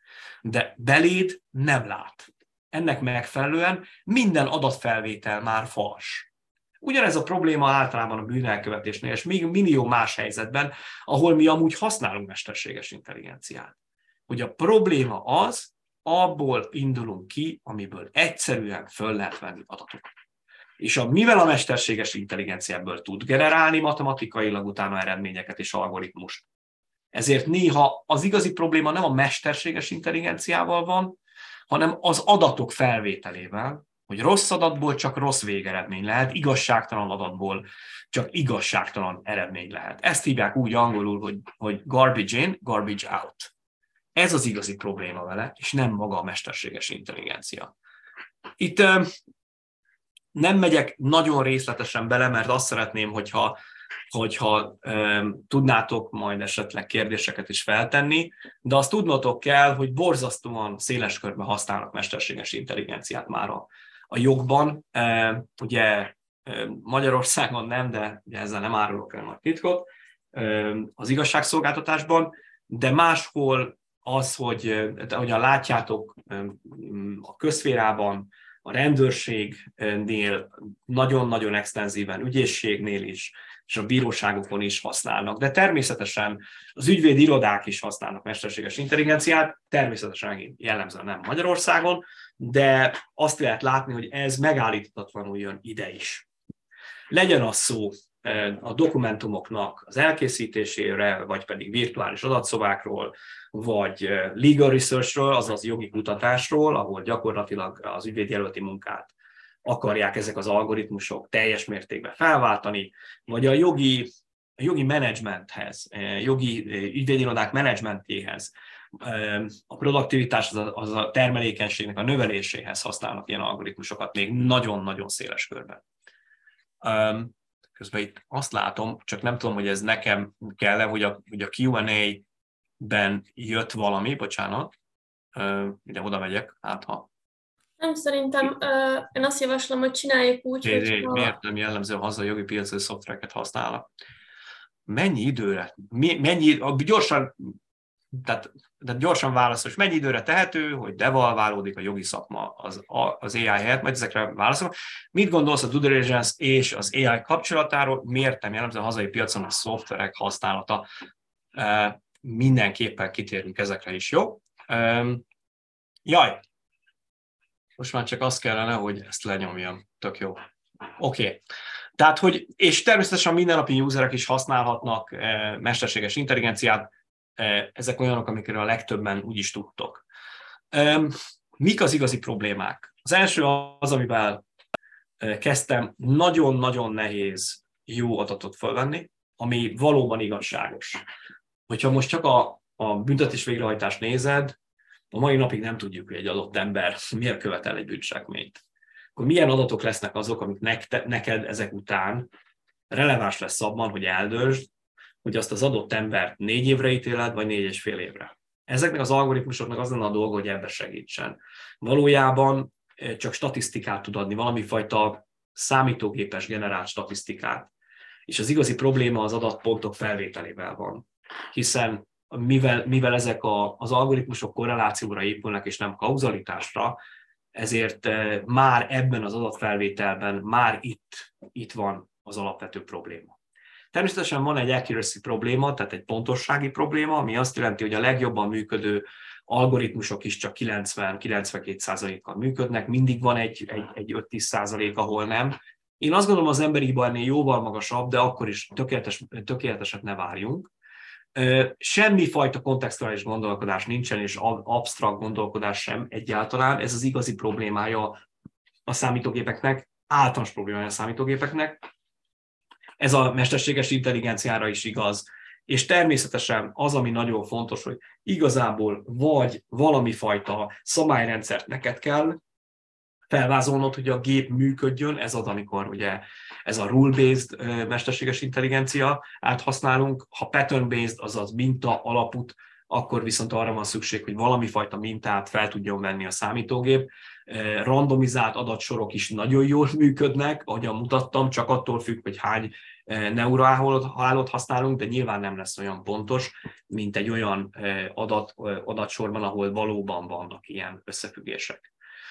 De beléd nem lát. Ennek megfelelően minden adatfelvétel már fals. Ugyanez a probléma általában a bűnelkövetésnél, és még millió más helyzetben, ahol mi amúgy használunk mesterséges intelligenciát. Hogy a probléma az, abból indulunk ki, amiből egyszerűen föl lehet venni adatokat. És a, mivel a mesterséges intelligenciából tud generálni matematikailag utána eredményeket és algoritmust, ezért néha az igazi probléma nem a mesterséges intelligenciával van, hanem az adatok felvételével, hogy rossz adatból csak rossz végeredmény lehet, igazságtalan adatból csak igazságtalan eredmény lehet. Ezt hívják úgy angolul, hogy, hogy garbage in, garbage out. Ez az igazi probléma vele, és nem maga a mesterséges intelligencia. Itt euh, nem megyek nagyon részletesen bele, mert azt szeretném, hogyha, hogyha euh, tudnátok majd esetleg kérdéseket is feltenni, de azt tudnotok kell, hogy borzasztóan széles körben használnak mesterséges intelligenciát már a, a jogban. Uh, ugye uh, Magyarországon nem, de ugye ezzel nem árulok el a titkot, uh, az igazságszolgáltatásban, de máshol az, hogy ahogyan látjátok, a közszférában, a rendőrségnél nagyon-nagyon extenzíven, ügyészségnél is, és a bíróságokon is használnak. De természetesen az ügyvédi irodák is használnak mesterséges intelligenciát, természetesen jellemzően nem Magyarországon, de azt lehet látni, hogy ez megállíthatatlanul jön ide is. Legyen az szó a dokumentumoknak az elkészítésére, vagy pedig virtuális adatszobákról, vagy legal researchről, azaz jogi kutatásról, ahol gyakorlatilag az ügyvédjelölti munkát akarják ezek az algoritmusok teljes mértékben felváltani, vagy a jogi, a jogi menedzsmenthez, jogi ügyvédirodák menedzsmentjéhez, a produktivitás, az a termelékenységnek a növeléséhez használnak ilyen algoritmusokat még nagyon-nagyon széles körben. Közben itt azt látom, csak nem tudom, hogy ez nekem kell-e, hogy a, hogy a Q and A-ben jött valami, bocsánat, ide oda megyek, hát ha Nem, szerintem uh, én azt javaslom, hogy csináljuk úgy, Hé, hogy hé, miért ha... nem jellemző a hazai jogi piaci szoftvereket használnak? Mennyi időre? Mi, mennyi, gyorsan, tehát, tehát gyorsan válaszol, mennyi időre tehető, hogy devalválódik a jogi szakma az, az á i helyett, majd ezekre válaszolok. Mit gondolsz a due diligence és az á i kapcsolatáról? Miért nem jellemző a hazai piacon a szoftverek használata? Mindenképpen kitérünk ezekre is, jó? Jaj, most már csak azt kellene, hogy ezt lenyomjam. Tök jó. Oké. Okay. Tehát, hogy, és természetesen mindennapi userek is használhatnak e, mesterséges intelligenciát, e, ezek olyanok, amikről a legtöbben úgy is tudtok. E, mik az igazi problémák? Az első az, amivel e, kezdtem, nagyon-nagyon nehéz jó adatot felvenni, ami valóban igazságos. Hogyha most csak a, a büntetés végrehajtást nézed, a mai napig nem tudjuk, hogy egy adott ember miért követel egy bűncselekményt. Akkor milyen adatok lesznek azok, amik neked ezek után releváns lesz abban, hogy eldöntsd, hogy azt az adott embert négy évre ítéled, vagy négy és fél évre. Ezeknek az algoritmusoknak az lenne a dolga, hogy ebbe segítsen. Valójában csak statisztikát tud adni, valami fajta számítógépes generált statisztikát. És az igazi probléma az adatpontok felvételével van. Hiszen mivel, mivel ezek a, az algoritmusok korrelációra épülnek, és nem kauzalitásra, ezért már ebben az adatfelvételben már itt, itt van az alapvető probléma. Természetesen van egy accuracy probléma, tehát egy pontossági probléma, ami azt jelenti, hogy a legjobban működő algoritmusok is csak kilencven-kilencvenkét százalékkal működnek, mindig van egy, egy, egy öt-tíz százalék, ahol nem. Én azt gondolom, az emberi hiba ennél jóval magasabb, de akkor is tökéletes, tökéleteset ne várjunk. Semmifajta kontextuális gondolkodás nincsen, és absztrakt gondolkodás sem egyáltalán. Ez az igazi problémája a számítógépeknek, általános problémája a számítógépeknek. Ez a mesterséges intelligenciára is igaz. És természetesen az, ami nagyon fontos, hogy igazából vagy valami fajta szabályrendszert neked kell felvázolnod, hogy a gép működjön, ez az, amikor ugye ez a rule-based mesterséges intelligencia áthasználunk, ha pattern-based, azaz minta alapút, akkor viszont arra van szükség, hogy valami fajta mintát fel tudjon venni a számítógép. Randomizált adatsorok is nagyon jól működnek, ahogyan mutattam, csak attól függ, hogy hány neurohálót használunk, de nyilván nem lesz olyan pontos, mint egy olyan adat, adatsorban, ahol valóban vannak ilyen összefüggések.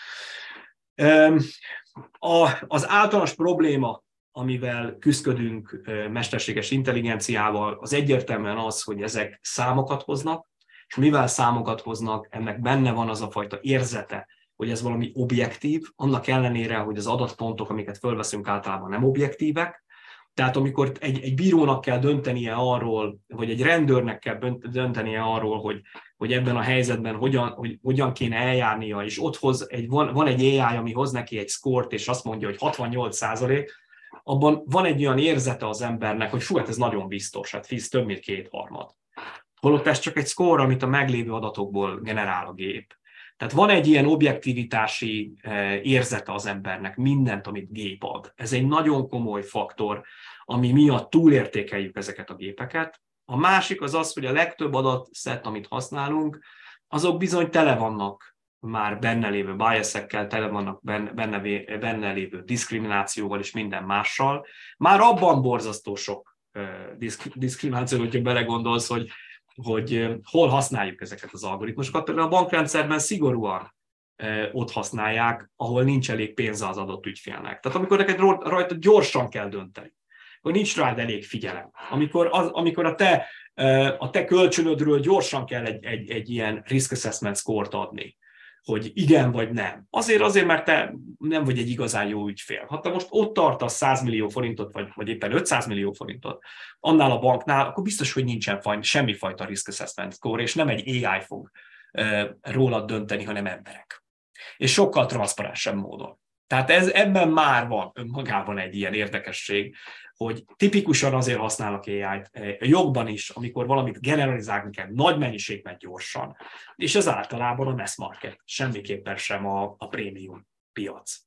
Az általános probléma, amivel küzdködünk mesterséges intelligenciával, az egyértelműen az, hogy ezek számokat hoznak, és mivel számokat hoznak, ennek benne van az a fajta érzete, hogy ez valami objektív, annak ellenére, hogy az adatpontok, amiket fölveszünk, általában nem objektívek. Tehát amikor egy, egy bírónak kell döntenie arról, vagy egy rendőrnek kell döntenie arról, hogy, hogy ebben a helyzetben hogyan, hogy, hogyan kéne eljárnia, és ott hoz egy, van, van egy á i, ami hoz neki egy szkort, és azt mondja, hogy hatvannyolc százalék, abban van egy olyan érzete az embernek, hogy fú, hát ez nagyon biztos, hát fiz több mint kétharmad. Holott ez csak egy szkór, amit a meglévő adatokból generál a gép. Tehát van egy ilyen objektivitási érzete az embernek, mindent, amit gép ad. Ez egy nagyon komoly faktor, ami miatt túlértékeljük ezeket a gépeket. A másik az az, hogy a legtöbb adatszett, amit használunk, azok bizony tele vannak már benne lévő biasekkel, tele vannak benne, benne, benne lévő diszkriminációval és minden mással. Már abban borzasztó sok diszkrimináció, hogyha belegondolsz, hogy hogy hol használjuk ezeket az algoritmusokat. Például a bankrendszerben szigorúan ott használják, ahol nincs elég pénze az adott ügyfélnek. Tehát amikor neked rajta gyorsan kell dönteni, akkor nincs rád elég figyelem. Amikor, az, amikor a, te, a te kölcsönödről gyorsan kell egy, egy, egy ilyen risk assessment score-t adni, hogy igen vagy nem. Azért, azért, mert te nem vagy egy igazán jó ügyfél. Ha te most ott tartasz száz millió forintot, vagy, vagy éppen ötszáz millió forintot annál a banknál, akkor biztos, hogy nincsen faj, semmifajta risk assessment score, és nem egy á i fog uh, rólad dönteni, hanem emberek. És sokkal transzparensebb módon. Tehát ez, ebben már van önmagában egy ilyen érdekesség, hogy tipikusan azért használnak á i-t a jogban is, amikor valamit generalizálni kell nagy mennyiségben gyorsan, és ez általában a mass market, semmiképpen sem a, a prémium piac.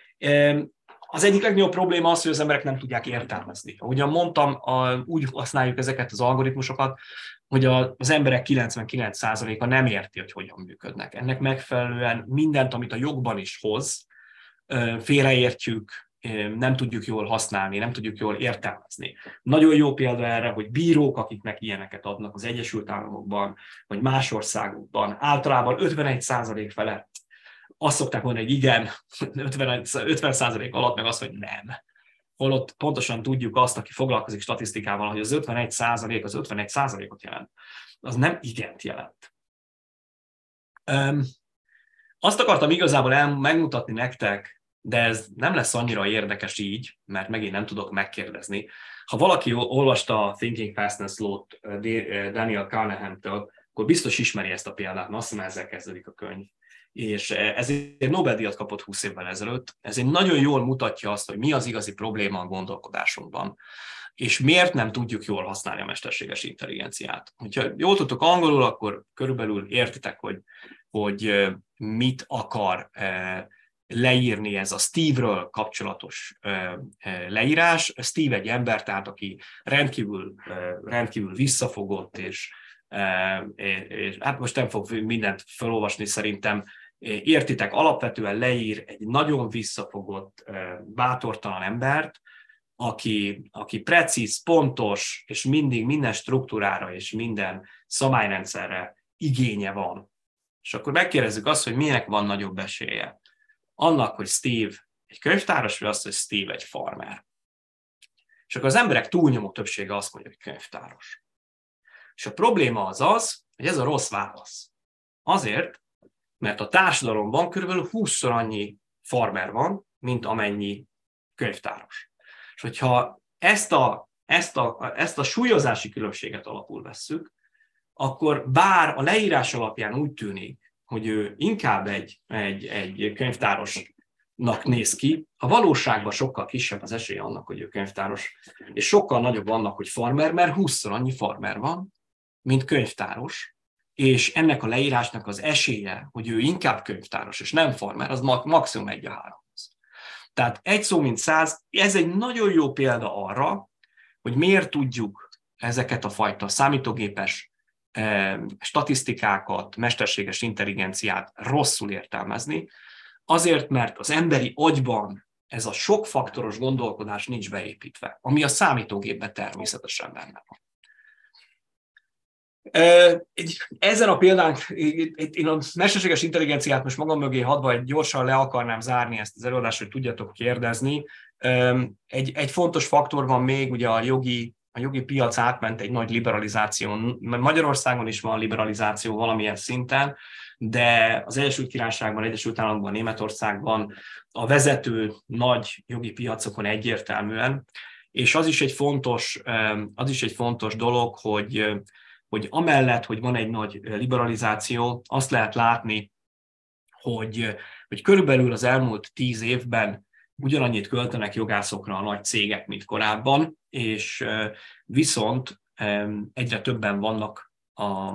Az egyik legnagyobb probléma az, hogy az emberek nem tudják értelmezni. Ahogyan mondtam, úgy használjuk ezeket az algoritmusokat, hogy az emberek kilencvenkilenc százaléka nem érti, hogy hogyan működnek. Ennek megfelelően mindent, amit a jogban is hoz, félreértjük, nem tudjuk jól használni, nem tudjuk jól értelmezni. Nagyon jó példa erre, hogy bírók, akiknek ilyeneket adnak az Egyesült Államokban, vagy más országokban, általában ötvenegy százalék felett azt szokták mondani, hogy igen, ötven százalék alatt meg azt, hogy nem. Holott pontosan tudjuk azt, aki foglalkozik statisztikával, hogy az ötvenegy százalék az ötvenegy százalékot jelent. Az nem igent jelent. Um, azt akartam igazából el, megmutatni nektek, de ez nem lesz annyira érdekes így, mert megint nem tudok megkérdezni. Ha valaki olvasta a Thinking Fast and Slow-t Daniel Kahneman-től, akkor biztos ismeri ezt a példát, mert azt hiszem ezzel kezdődik a könyv. És ezért Nobel-díjat kapott húsz évvel ezelőtt. Ez egy nagyon jól mutatja azt, hogy mi az igazi probléma a gondolkodásunkban, és miért nem tudjuk jól használni a mesterséges intelligenciát. Ha jól tudtok angolul, akkor körülbelül értitek, hogy, hogy mit akar leírni ez a Steve-ről kapcsolatos leírás. Steve egy ember, tehát aki rendkívül, rendkívül visszafogott, és, és hát most nem fog mindent felolvasni szerintem, értitek, alapvetően leír egy nagyon visszafogott, bátortalan embert, aki, aki precíz, pontos, és mindig minden struktúrára és minden szabályrendszerre igénye van. És akkor megkérdezzük azt, hogy minek van nagyobb esélye. Annak, hogy Steve egy könyvtáros, vagy azt, hogy Steve egy farmer. És akkor az emberek túlnyomó többsége azt mondja, hogy könyvtáros. És a probléma az az, hogy ez a rossz válasz. Azért, mert a társadalomban kb. húszszor annyi farmer van, mint amennyi könyvtáros. És hogyha ezt a, ezt a, ezt a súlyozási különbséget alapul vesszük, akkor bár a leírás alapján úgy tűnik, hogy ő inkább egy, egy, egy könyvtárosnak néz ki, a valóságban sokkal kisebb az esély annak, hogy ő könyvtáros, és sokkal nagyobb annak, hogy farmer, mert húszszor annyi farmer van, mint könyvtáros, és ennek a leírásnak az esélye, hogy ő inkább könyvtáros, és nem farmer, az maximum egy a háromhoz. Tehát egy szó mint száz, ez egy nagyon jó példa arra, hogy miért tudjuk ezeket a fajta számítógépes statisztikákat, mesterséges intelligenciát rosszul értelmezni, azért, mert az emberi agyban ez a sokfaktoros gondolkodás nincs beépítve, ami a számítógépben természetesen benne van. Ezen a példán, én a mesterséges intelligenciát most magam mögé hadva gyorsan le akarnám zárni ezt az előadást, hogy tudjatok kérdezni. Egy, egy fontos faktor van még, ugye a jogi A jogi piac átment egy nagy liberalizáción. Magyarországon is van liberalizáció valamilyen szinten, de az Egyesült Királyságban, Egyesült Államokban, Németországban a vezető nagy jogi piacokon egyértelműen, és az is egy fontos, az is egy fontos dolog, hogy, hogy amellett, hogy van egy nagy liberalizáció, azt lehet látni, hogy, hogy körülbelül az elmúlt tíz évben ugyanannyit költenek jogászokra a nagy cégek, mint korábban, és viszont egyre többen vannak, a,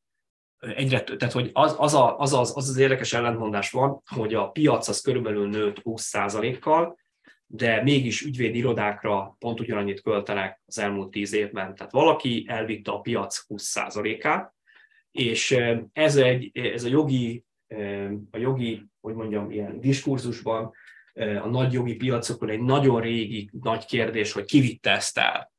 egyre, tehát hogy az az, a, az, az, az az érdekes ellentmondás van, hogy a piac az körülbelül nőtt húsz százalékkal, de mégis ügyvédirodákra pont ugyanannyit költenek az elmúlt tíz évben. Tehát valaki elvitte a piac húsz százalékát, és ez, egy, ez a jogi, a jogi, hogy mondjam, ilyen diskurzusban, a nagy jogi piacokon egy nagyon régi nagy kérdés, hogy ki vitte ezt el.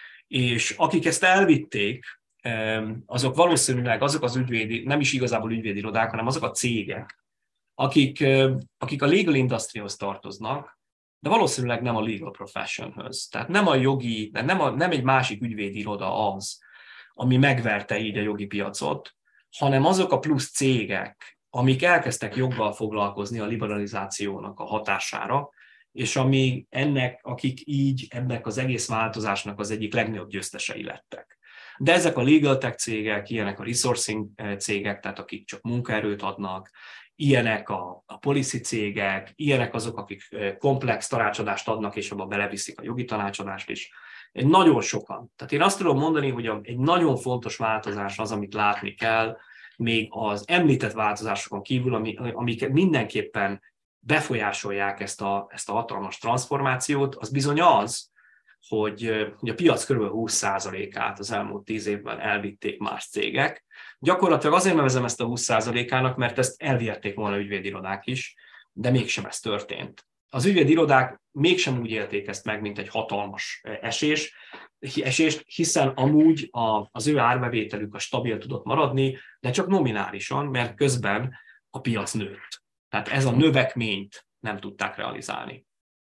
És akik ezt elvitték, azok valószínűleg azok az ügyvédi, nem is igazából ügyvédirodák, hanem azok a cégek, akik, akik a legal industryhoz tartoznak, de valószínűleg nem a legal professionhöz. Tehát nem a jogi, nem, a, nem egy másik ügyvédiroda az, ami megverte így a jogi piacot, hanem azok a plusz cégek, amik elkezdtek joggal foglalkozni a liberalizációnak a hatására, és ami ennek, akik így ennek az egész változásnak az egyik legnagyobb győztesei lettek. De ezek a legal tech cégek, ilyenek a resourcing cégek, tehát akik csak munkaerőt adnak, ilyenek a, a policy cégek, ilyenek azok, akik komplex tanácsadást adnak, és abba beleviszik a jogi tanácsadást is. Nagyon sokan. Tehát én azt tudom mondani, hogy egy nagyon fontos változás az, amit látni kell, még az említett változásokon kívül, amik mindenképpen befolyásolják ezt a, ezt a hatalmas transformációt, az bizony az, hogy, hogy a piac kb. húsz százalékát az elmúlt tíz évben elvitték más cégek. Gyakorlatilag azért nevezem ezt a húsz százalékának, mert ezt elvihették volna ügyvédirodák is, de mégsem ez történt. Az ügyvédirodák mégsem úgy élték ezt meg, mint egy hatalmas esés, esést, hiszen amúgy a, az ő árbevételük a stabil tudott maradni, de csak nominálisan, mert közben a piac nőtt. Tehát ez a növekményt nem tudták realizálni.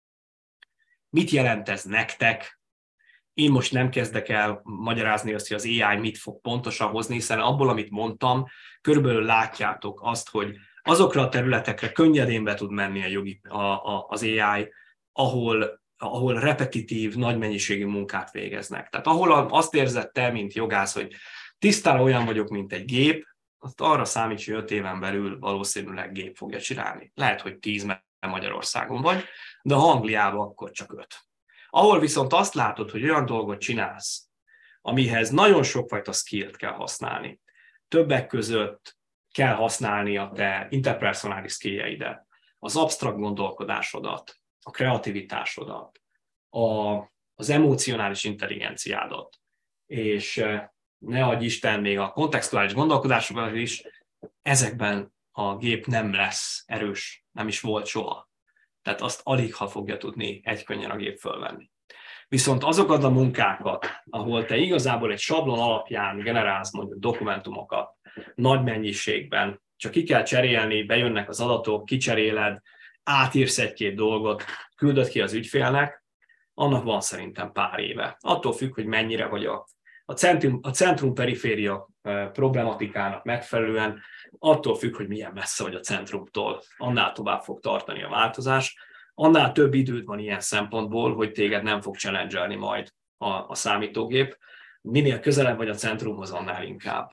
Mit jelent ez nektek? Én most nem kezdek el magyarázni azt, hogy az á i mit fog pontosan hozni, hiszen abból, amit mondtam, körülbelül látjátok azt, hogy azokra a területekre könnyedén be tud menni a jogi, a, a, az á i, ahol, ahol repetitív, nagy mennyiségű munkát végeznek. Tehát ahol azt érzed te, mint jogász, hogy tisztára olyan vagyok, mint egy gép, azt arra számíts, hogy öt éven belül valószínűleg gép fogja csinálni. Lehet, hogy tíz, mert Magyarországon vagy, de ha Angliában, akkor csak öt. Ahol viszont azt látod, hogy olyan dolgot csinálsz, amihez nagyon sokfajta skillt kell használni. Többek között kell használni a te interpersonális skilljeidet, az absztrakt gondolkodásodat, a kreativitásodat, a, az emocionális intelligenciádat, és ne adj Isten, még a kontextuális gondolkodásokat is, ezekben a gép nem lesz erős, nem is volt soha. Tehát azt alig ha fogja tudni egykönnyen a gép fölvenni. Viszont azokat a munkákat, ahol te igazából egy sablon alapján generálsz mondjuk dokumentumokat nagy mennyiségben, csak ki kell cserélni, bejönnek az adatok, kicseréled, átírsz egy-két dolgot, küldöd ki az ügyfélnek, annak van szerintem pár éve. Attól függ, hogy mennyire vagy a, a centrum, a centrum-periféria problematikának megfelelően, attól függ, hogy milyen messze vagy a centrumtól, annál tovább fog tartani a változás, annál több időd van ilyen szempontból, hogy téged nem fog challenge-elni majd a, a számítógép. Minél közelebb vagy a centrumhoz, annál inkább.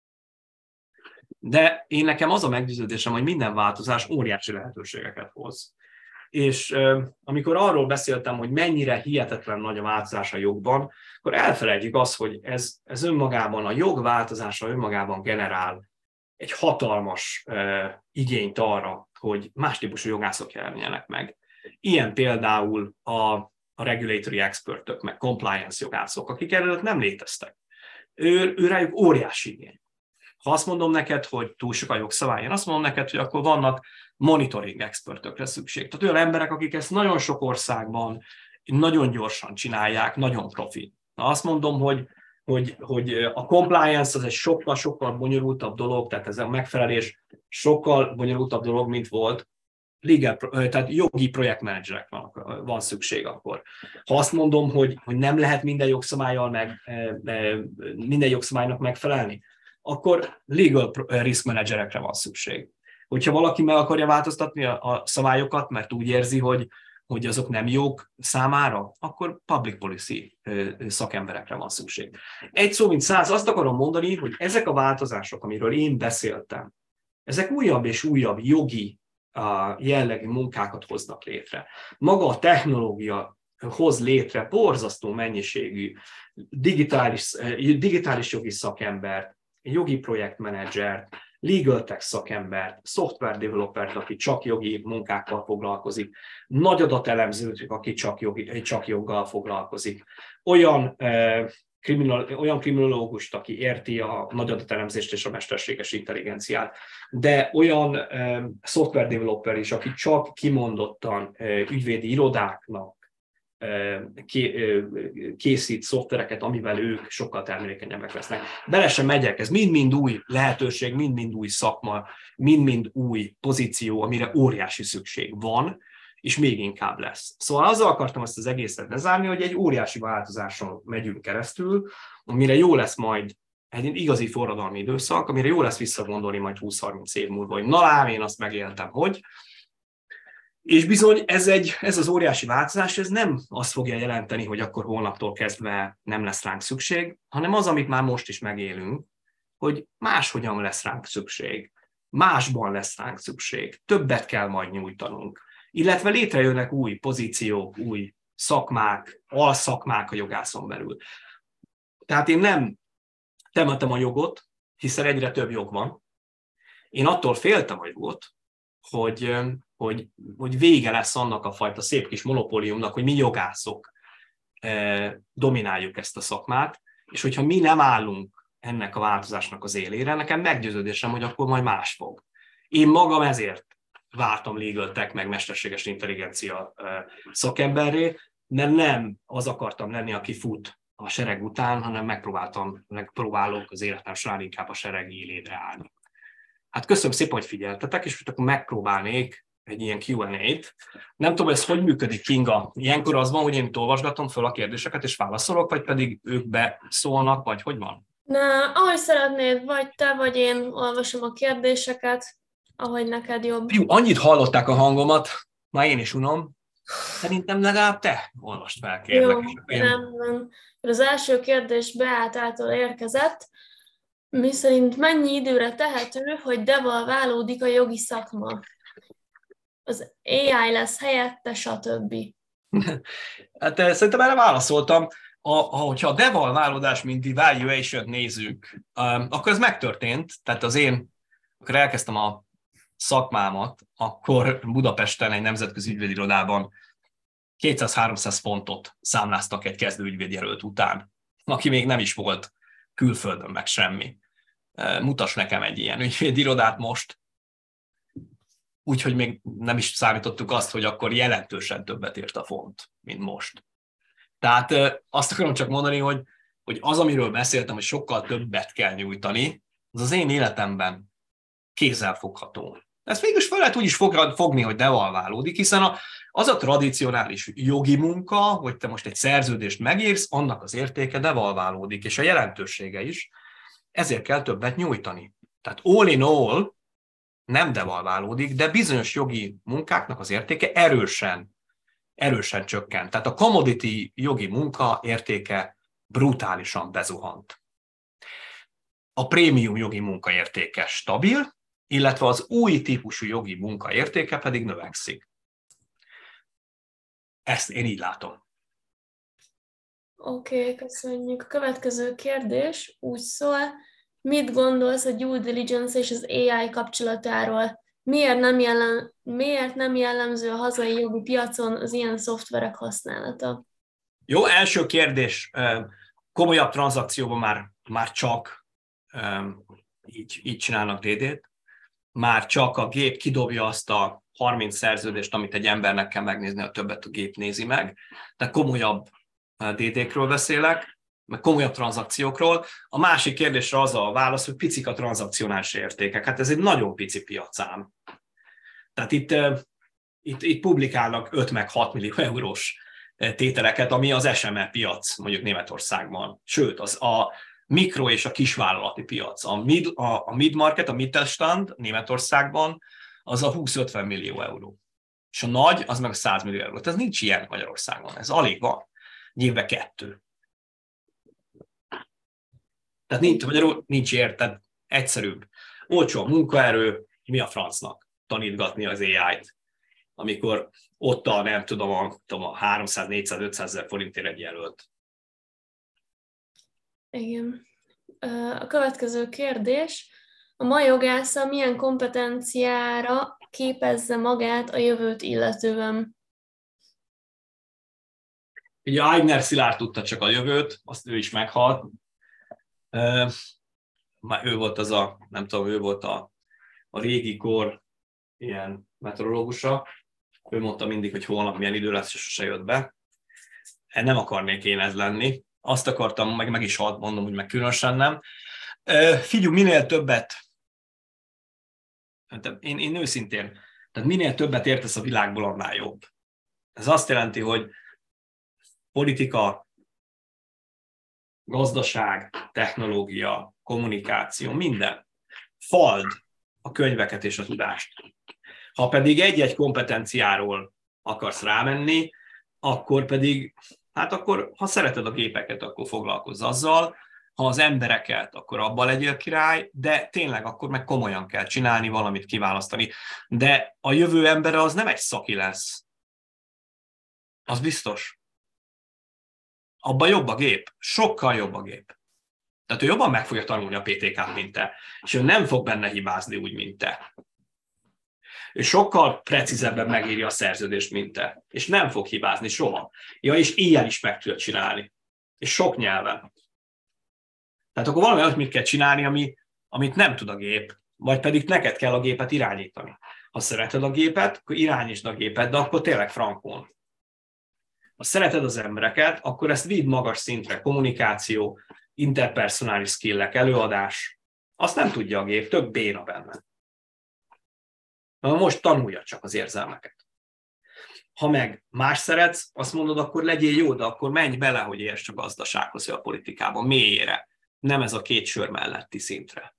De én nekem az a meggyőződésem, hogy minden változás óriási lehetőségeket hoz. És euh, amikor arról beszéltem, hogy mennyire hihetetlen nagy a változás a jogban, akkor elfelejtjük azt, hogy ez, ez önmagában, a jog változása önmagában generál egy hatalmas uh, igényt arra, hogy más típusú jogászok jelenjenek meg. Ilyen például a, a regulatory expertök, meg compliance jogászok, akik előtt nem léteztek. Ő, ő rájuk óriási igény. Ha azt mondom neked, hogy túl sok a jogszabály, én azt mondom neked, hogy akkor vannak monitoring expertökre szükség. Tehát olyan emberek, akik ezt nagyon sok országban nagyon gyorsan csinálják, nagyon profi. Na azt mondom, hogy, hogy, hogy a compliance az egy sokkal-sokkal bonyolultabb dolog, tehát ez a megfelelés sokkal bonyolultabb dolog, mint volt. Legal, tehát jogi projektmenedzserek van, van szükség akkor. Ha azt mondom, hogy, hogy nem lehet minden jogszabállyal meg, minden jogszabálynak megfelelni, akkor legal risk managerekre van szükség. Hogyha valaki meg akarja változtatni a, a szabályokat, mert úgy érzi, hogy, hogy azok nem jók számára, akkor public policy szakemberekre van szükség. Egy szó mint száz, azt akarom mondani, hogy ezek a változások, amiről én beszéltem, ezek újabb és újabb jogi a jellegű munkákat hoznak létre. Maga a technológia hoz létre borzasztó mennyiségű digitális, digitális jogi szakembert, jogi projektmenedzsert, legal tech szakembert, software developert, aki csak jogi munkákkal foglalkozik, nagy adatelemzőt, aki csak, jogi, csak joggal foglalkozik, olyan, eh, kriminal, olyan kriminológust, aki érti a nagy adatelemzést és a mesterséges intelligenciát, de olyan eh, software developer is, aki csak kimondottan eh, ügyvédi irodáknak készít szoftvereket, amivel ők sokkal termelékenyebbek lesznek. Bele sem megyek, ez mind-mind új lehetőség, mind-mind új szakma, mind-mind új pozíció, amire óriási szükség van, és még inkább lesz. Szóval azzal akartam ezt az egészet lezárni, hogy egy óriási változáson megyünk keresztül, amire jó lesz majd egy igazi forradalmi időszak, amire jó lesz visszagondolni majd húsz-harminc év múlva, hogy na lám, én azt megéltem, hogy. És bizony ez, egy, ez az óriási változás, ez nem azt fogja jelenteni, hogy akkor holnaptól kezdve nem lesz ránk szükség, hanem az, amit már most is megélünk, hogy máshogyan lesz ránk szükség, másban lesz ránk szükség, többet kell majd nyújtanunk, illetve létrejönnek új pozíciók, új szakmák, alszakmák a jogászon belül. Tehát én nem temetem a jogot, hiszen egyre több jog van. Én attól féltem a jogot, hogy, hogy, hogy vége lesz annak a fajta szép kis monopóliumnak, hogy mi jogászok domináljuk ezt a szakmát, és hogyha mi nem állunk ennek a változásnak az élére, nekem meggyőződésem, hogy akkor majd más fog. Én magam ezért váltam legal tech meg mesterséges intelligencia szakemberré, mert nem az akartam lenni, aki fut a sereg után, hanem megpróbáltam, megpróbálok az életem során inkább a sereg élére állni. Hát köszönöm szépen, hogy figyeltetek, és most akkor megpróbálnék egy ilyen Q and A-t. Nem tudom, ez hogy működik, Kinga. Ilyenkor az van, hogy én itt olvasgatom föl a kérdéseket, és válaszolok, vagy pedig ők beszólnak, vagy hogy van? Na, ahogy szeretnéd, vagy te, vagy én olvasom a kérdéseket, ahogy neked jobb. Jó, annyit hallották a hangomat, már én is unom. Szerintem legalább te olvast fel, kérlek. Jó, rendben. Az első kérdés Beátától érkezett. Mi szerint mennyi időre tehető, hogy devalválódik a jogi szakma? Az á i lesz helyette, stb. Hát szerintem erre válaszoltam. A, hogyha a devalválódás, mint devaluation nézzük, akkor ez megtörtént. Tehát az én, akkor elkezdtem a szakmámat, akkor Budapesten egy nemzetközi ügyvédirodában kétszáz-háromszáz fontot számláztak egy kezdő ügyvédjelölt után, aki még nem is volt külföldön, meg semmi. Mutass nekem egy ilyen ügyvédirodát most. Úgyhogy még nem is számítottuk azt, hogy akkor jelentősen többet ért a font, mint most. Tehát azt akarom csak mondani, hogy, hogy az, amiről beszéltem, hogy sokkal többet kell nyújtani, az az én életemben kézzelfogható. Ezt mégis fel lehet úgy is fogni, hogy devalválódik, hiszen a, az a tradicionális jogi munka, hogy te most egy szerződést megírsz, annak az értéke devalválódik, és a jelentősége is, ezért kell többet nyújtani. Tehát all in all nem devalválódik, de bizonyos jogi munkáknak az értéke erősen, erősen csökkent. Tehát a commodity jogi munka értéke brutálisan bezuhant. A prémium jogi munka értéke stabil, illetve az új típusú jogi munka értéke pedig növekszik. Ezt én így látom. Oké, okay, köszönjük. A következő kérdés úgy szól, mit gondolsz a due diligence és az á i kapcsolatáról? Miért nem, jellem, miért nem jellemző a hazai jogi piacon az ilyen szoftverek használata? Jó, első kérdés. Komolyabb tranzakcióban már, már csak így, így csinálnak dé dét. Már csak a gép kidobja azt a harminc szerződést, amit egy embernek kell megnézni, a többet a gép nézi meg. Tehát komolyabb dé dékről beszélek, meg komolyabb tranzakciókról. A másik kérdésre az a válasz, hogy picik a tranzakcionális értékek. Hát ez egy nagyon pici piacám. Tehát itt, itt, itt publikálnak öt meg hat millió eurós tételeket, ami az es em e piac mondjuk Németországban. Sőt, az a mikro és a kisvállalati piac. A mid, a, a mid-market, a Mittelstand Németországban az a húsz-ötven millió euró. És a nagy, az meg a száz millió euró. Ez nincs ilyen Magyarországon. Ez alig van. Évbe kettő. Tehát nincs, magyarul nincs érted, egyszerűbb. Olcsó a munkaerő, mi a francnak tanítgatni az á i-t, amikor ott a, nem tudom, a, tudom, a háromszáz, négyszáz, ötszáz ezer forintért egy jelölt. Igen. A következő kérdés. A ma jogásza milyen kompetenciára képezze magát a jövőt illetően? Ugye Aigner Szilárd tudta csak a jövőt, azt ő is meghalt. Már ő volt az a, nem tudom, ő volt a, a régi kor ilyen meteorológusa. Ő mondta mindig, hogy holnap milyen idő lesz, és sose jött be. Nem akarnék én ez lenni. Azt akartam, meg, meg is halt, mondom, hogy meg különösen nem. Figyelj, minél többet, én, én őszintén, tehát minél többet értesz a világból, annál jobb. Ez azt jelenti, hogy politika, gazdaság, technológia, kommunikáció, minden. Fald a könyveket és a tudást. Ha pedig egy-egy kompetenciáról akarsz rámenni, akkor pedig, hát akkor, ha szereted a gépeket, akkor foglalkozz azzal, ha az embereket, akkor abban legyél király, de tényleg akkor meg komolyan kell csinálni, valamit kiválasztani. De a jövő embere az nem egy szaki lesz. Az biztos. Abban jobb a gép, sokkal jobb a gép. Tehát ő jobban meg fogja tanulni a pé té ká-t, mint te, és ő nem fog benne hibázni úgy, mint te. és sokkal precízebben megírja a szerződést, mint te. És nem fog hibázni soha. Ja, és ilyen is meg tudja csinálni. És sok nyelven. Tehát akkor valami olyat mit kell csinálni, ami, amit nem tud a gép, vagy pedig neked kell a gépet irányítani. Ha szereted a gépet, akkor irányítsd a gépet, de akkor tényleg frankon. Ha szereted az embereket, akkor ezt vidd magas szintre, kommunikáció, interpersonális skillek, előadás. Azt nem tudja a gép, tök béna benne. Na most tanulja csak az érzelmeket. Ha meg más szeretsz, azt mondod, akkor legyél jó, de akkor menj bele, hogy érts a gazdasághoz, vagy a politikában, mélyére. Nem ez a két sör melletti szintre.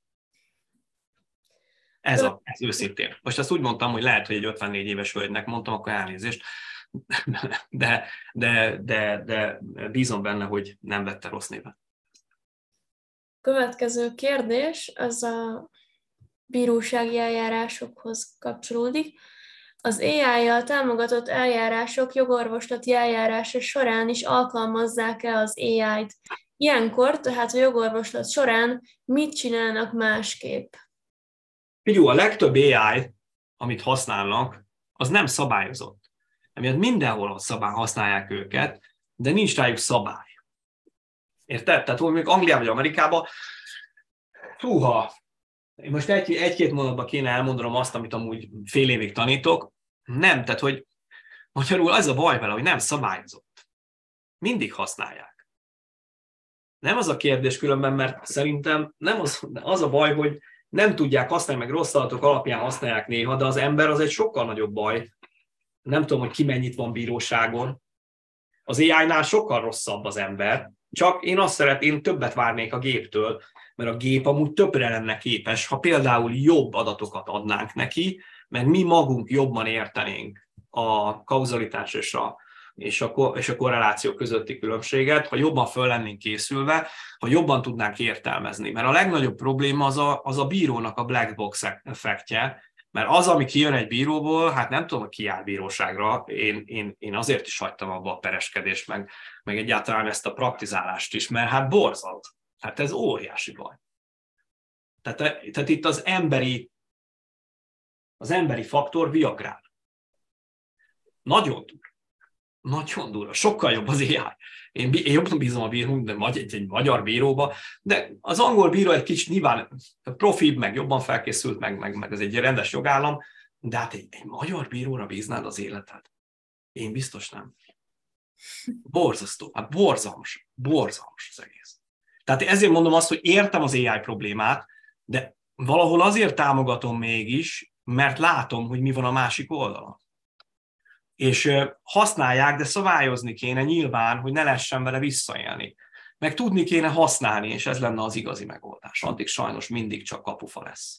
Ez, a, ez őszintén. Most azt úgy mondtam, hogy lehet, hogy egy ötvennégy éves hölgynek mondtam, akkor elnézést, de, de, de, de bízom benne, hogy nem vette rossz néven. Következő kérdés, az a bírósági eljárásokhoz kapcsolódik. Az á i-jal támogatott eljárások jogorvoslati eljárása során is alkalmazzák-e az á i-t? Ilyenkor, tehát a jogorvoslat során mit csinálnak másképp? Figyelj, a legtöbb á i, amit használnak, az nem szabályozott. Emiatt mindenhol szabály használják őket, de nincs rájuk szabály. Érted? Tehát mondjuk Angliában vagy Amerikában, húha, én most egy, egy-két mondatban kéne elmondanom azt, amit amúgy fél évig tanítok. Nem, tehát hogy magyarul az a baj vele, hogy nem szabályozott. Mindig használják. Nem az a kérdés különben, mert szerintem nem az, az a baj, hogy nem tudják használni, meg rossz adatok alapján használják néha, de az ember az egy sokkal nagyobb baj. Nem tudom, hogy ki mennyit van bíróságon. Az á i-nál sokkal rosszabb az ember, csak én azt szeretném, én többet várnék a géptől, mert a gép amúgy többre lenne képes, ha például jobb adatokat adnánk neki, mert mi magunk jobban értenénk a kauzalitás és a, és a, és a korreláció közötti különbséget, ha jobban föl lennénk készülve, ha jobban tudnánk értelmezni. Mert a legnagyobb probléma az a, az a bírónak a black box effektje, mert az, ami kijön egy bíróból, hát nem tudom, hogy ki jár bíróságra, én, én, én azért is hagytam abba a pereskedést, meg, meg egyáltalán ezt a praktizálást is, mert hát borzalt. Hát ez óriási baj. Tehát, tehát itt az emberi, az emberi faktor viagrál. Nagyon durva. Nagyon durva. Sokkal jobb az á i. Én, én jobban bízom a bíró, de egy, egy magyar bíróba, de az angol bíró egy kicsit nyilván profibb, meg jobban felkészült, meg, meg, meg ez egy rendes jogállam, de hát egy, egy magyar bíróra bíznád az életed? Én biztos nem. Borzasztó. Hát borzalmas. Borzalmas az egész. Tehát ezért mondom azt, hogy értem az á i problémát, de valahol azért támogatom mégis, mert látom, hogy mi van a másik oldalon. És használják, de szabályozni kéne nyilván, hogy ne lehessen vele visszaélni. Meg tudni kéne használni, és ez lenne az igazi megoldás. Addig sajnos mindig csak kapufa lesz.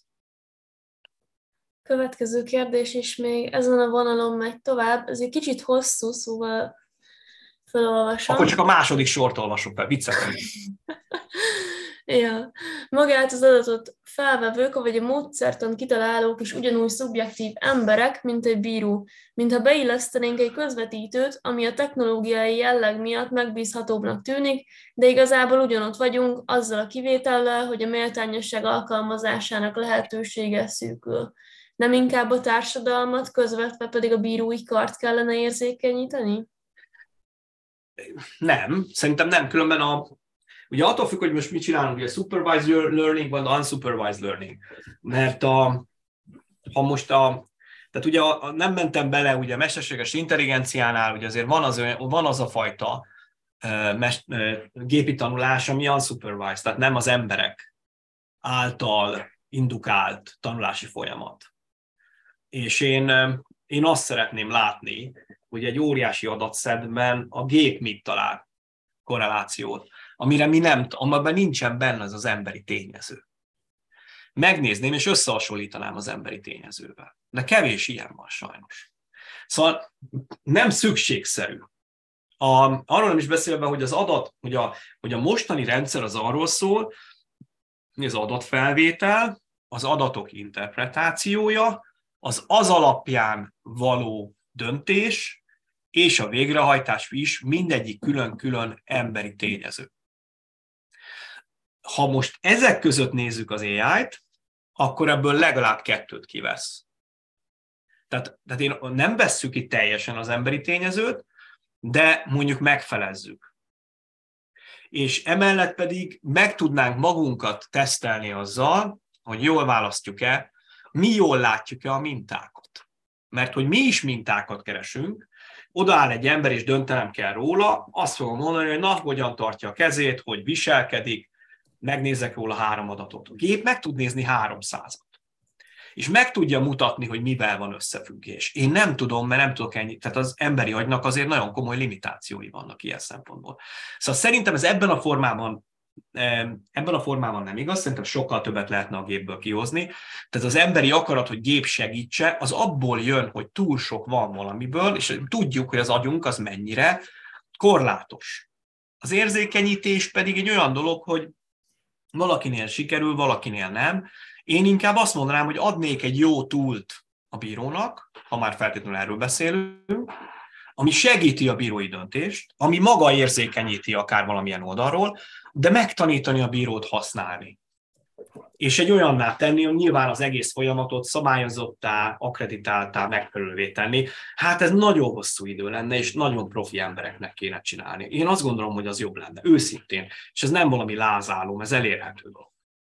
Következő kérdés is még ezen a vonalon megy tovább. Ez egy kicsit hosszú, szóval felolvasom. Akkor csak a második sort olvasok fel, viccelem. Ja. Magát az adatot felvevők, vagy a módszertan kitalálók is ugyanúgy szubjektív emberek, mint egy bíró. Mintha beillesztenénk egy közvetítőt, ami a technológiai jelleg miatt megbízhatóbbnak tűnik, de igazából ugyanott vagyunk, azzal a kivétellel, hogy a méltányosság alkalmazásának lehetősége szűkül. Nem inkább a társadalmat, közvetve pedig a bírói kart kellene érzékenyíteni? Nem, szerintem nem, különben a ugye attól függ, hogy most mit csinálunk, ugye supervised learning vagy unsupervised learning. Mert a, ha most a, tehát ugye a, nem mentem bele, ugye a mesterséges intelligenciánál, ugye azért van az, van az a fajta uh, mest, uh, gépi tanulás, ami unsupervised, tehát nem az emberek által indukált tanulási folyamat. És én, én azt szeretném látni, hogy egy óriási adatszedben a gép mit talál korrelációt, amire mi nem, amiben nincsen benne az az emberi tényező. Megnézném, és összehasonlítanám az emberi tényezővel. De kevés ilyen van sajnos. Szóval nem szükségszerű. A, arról nem is beszélve, hogy az adat, hogy a, hogy a mostani rendszer az arról szól, hogy az adatfelvétel, az adatok interpretációja, az az alapján való döntés, és a végrehajtás is mindegyik külön-külön emberi tényező. Ha most ezek között nézzük az á i-t, akkor ebből legalább kettőt kivesz. Tehát, tehát én nem vesszük itt teljesen az emberi tényezőt, de mondjuk megfelezzük. És emellett pedig meg tudnánk magunkat tesztelni azzal, hogy jól választjuk-e, mi jól látjuk-e a mintákat. Mert hogy mi is mintákat keresünk, odaáll egy ember, és döntenem kell róla, azt fogom mondani, hogy na, hogyan tartja a kezét, hogy viselkedik, megnézek róla három adatot. A gép meg tud nézni háromszázat. És meg tudja mutatni, hogy mivel van összefüggés. Én nem tudom, mert nem tudok ennyi, tehát az emberi agynak azért nagyon komoly limitációi vannak ilyen szempontból. Szóval szerintem ez ebben a formában, ebben a formában nem igaz, szerintem sokkal többet lehetne a gépből kihozni. Tehát az emberi akarat, hogy gép segítse, az abból jön, hogy túl sok van valamiből, és tudjuk, hogy az agyunk az mennyire korlátos. Az érzékenyítés pedig egy olyan dolog, hogy valakinél sikerül, valakinél nem. Én inkább azt mondanám, hogy adnék egy jó túlt a bírónak, ha már feltétlenül erről beszélünk, ami segíti a bírói döntést, ami maga érzékenyíti akár valamilyen oldalról, de megtanítani a bírót használni. És egy olyanná tenni, hogy nyilván az egész folyamatot szabályozottá, akreditáltá, megfelelővé tenni. Hát ez nagyon hosszú idő lenne, és nagyon profi embereknek kéne csinálni. Én azt gondolom, hogy az jobb lenne, őszintén. És ez nem valami lázálom, ez elérhető dolog.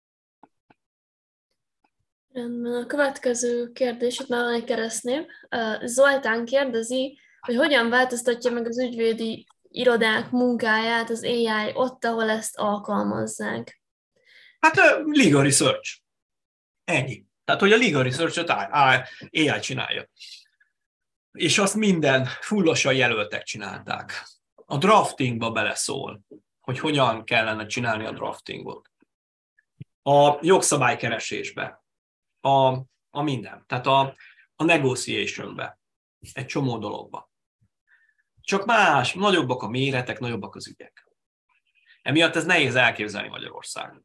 Rendben. A következő kérdését már van egy keresztnév. Zoltán kérdezi, hogy hogyan változtatja meg az ügyvédi irodák munkáját az á i ott, ahol ezt alkalmazzák. Hát legal research. Ennyi. Tehát, hogy a legal research-ot á i csinálja. És azt minden fullosan jelöltek csinálták. A draftingba beleszól, hogy hogyan kellene csinálni a draftingot. A jogszabálykeresésbe. A, a minden. Tehát a, a negotiationbe. Egy csomó dologba. Csak más, nagyobbak a méretek, nagyobbak az ügyek. Emiatt ez nehéz elképzelni Magyarországon.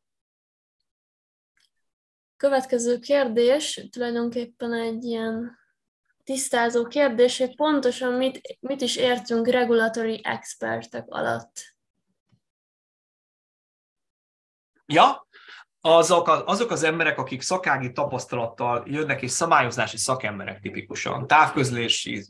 Következő kérdés, tulajdonképpen egy ilyen tisztázó kérdés, hogy pontosan mit, mit is értünk regulatory expertek alatt. Ja, azok, a, azok az emberek, akik szakági tapasztalattal jönnek, és szabályozási szakemberek tipikusan, távközlési,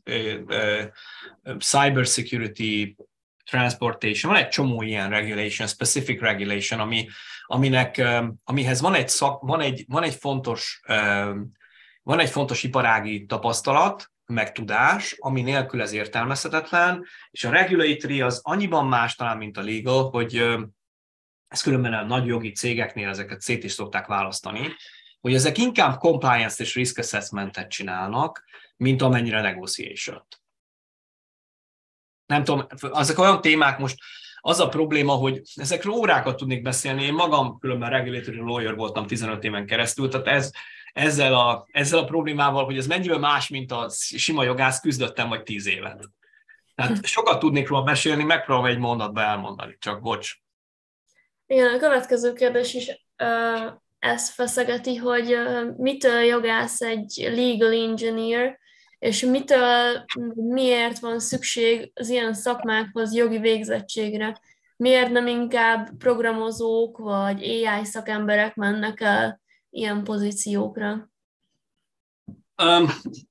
cyber security, transportation, van egy csomó ilyen regulation, specific regulation, ami, aminek, amihez van egy, szak, van, egy, van, egy fontos, van egy fontos iparági tapasztalat, meg tudás, ami nélkül ez értelmezhetetlen, és a regulatory az annyiban más talán, mint a legal, hogy ez különben a nagy jogi cégeknél ezeket szét is szokták választani, hogy ezek inkább compliance és risk assessmentet csinálnak, mint amennyire negotiation-t. Nem tudom, azok olyan témák most, az a probléma, hogy ezekről órákat tudnék beszélni, én magam különben regulatory lawyer voltam tizenöt éven keresztül, tehát ez, ezzel, a, ezzel a problémával, hogy ez mennyivel más, mint a sima jogász, küzdöttem vagy tíz évet. Tehát sokat tudnék róla mesélni, megpróbálom egy mondatba elmondani, csak bocs. Igen, a következő kérdés is uh, ezt feszegeti, hogy uh, mitől jogász egy legal engineer, és mitől, miért van szükség az ilyen szakmákhoz jogi végzettségre? Miért nem inkább programozók vagy á i szakemberek mennek el ilyen pozíciókra? Um,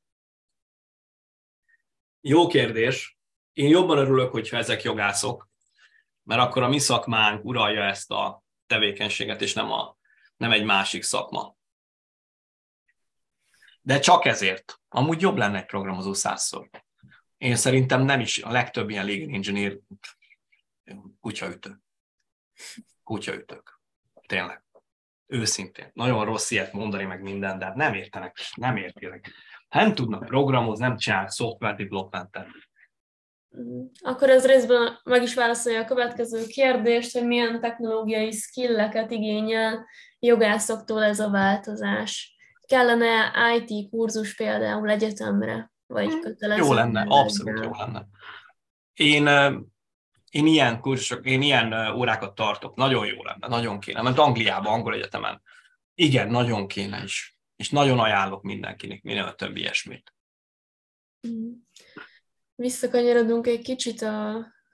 jó kérdés. Én jobban örülök, hogyha ezek jogászok, mert akkor a mi szakmánk uralja ezt a tevékenységet, és nem, a, nem egy másik szakma. De csak ezért. Amúgy jobb lenne egy programozó százszor. Én szerintem nem is, a legtöbb ilyen legal engineer kutyaütő. Kutyaütők. Tényleg. Őszintén. Nagyon rossz ilyet mondani meg minden, de nem értenek, nem értenek. Nem tudnak programozni, nem csinálnak software developmentet. Akkor ez részben meg is válaszolja a következő kérdést, hogy milyen technológiai skilleket igényel jogászoktól ez a változás. Kellene i té kurzus például egyetemre, vagy kötelező? Jó lenne, abszolút jó lenne. Én, én ilyen kurzusok, én ilyen órákat tartok, nagyon jó lenne, nagyon kéne, mert Angliában, angol egyetemen. Igen, nagyon kéne is. És nagyon ajánlok mindenkinek minél több ilyesmit. Visszakanyarodunk egy kicsit a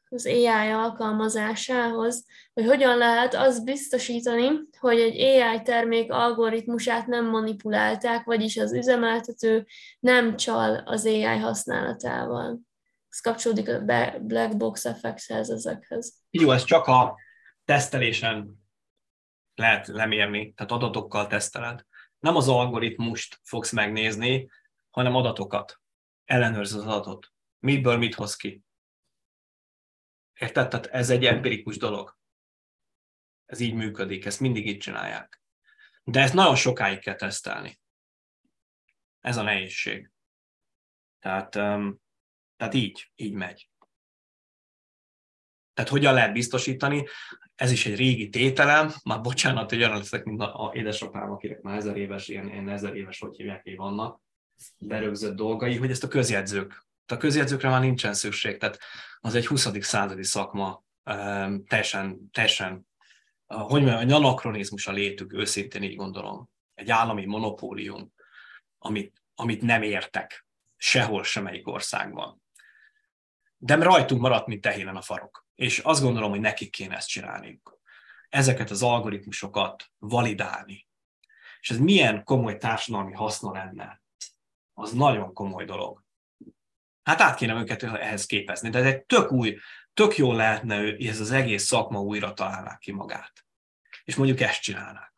az á i alkalmazásához, hogy hogyan lehet azt biztosítani, hogy egy á i termék algoritmusát nem manipulálták, vagyis az üzemeltető nem csal az á i használatával. Ez kapcsolódik a black box effekthez ezekhez. Jó, ez csak a tesztelésen lehet lemérni, tehát adatokkal teszteled. Nem az algoritmust fogsz megnézni, hanem adatokat. Ellenőrzöd az adatot. Miből mit hoz ki. Érted? Tehát ez egy empirikus dolog. Ez így működik, ezt mindig így csinálják. De ezt nagyon sokáig kell tesztelni. Ez a nehézség. Tehát, um, tehát így, így megy. Tehát hogyan lehet biztosítani? Ez is egy régi tételem, már bocsánat, hogy olyan leszek, mint a, a édesapám, akinek már ezer éves, ilyen, ilyen ezer éves, hogy hívják, így vannak, berögzött dolgai, hogy ezt a közjegyzők. A közjegyzőkre már nincsen szükség, tehát az egy huszadik századi szakma, um, teljesen, teljesen, uh, hogy mondjam, egy anakronizmus a létük, őszintén így gondolom. Egy állami monopólium, amit, amit nem értek sehol, semmelyik országban. De rajtunk maradt, mint tehénen a farok. És azt gondolom, hogy nekik kéne ezt csinálniuk. Ezeket az algoritmusokat validálni. És ez milyen komoly társadalmi haszna lenne, az nagyon komoly dolog. Hát át kéne őket ehhez képezni, de ez egy tök új, tök jól lehetne, hogy ez az egész szakma újra találnák ki magát. És mondjuk ezt csinálnák.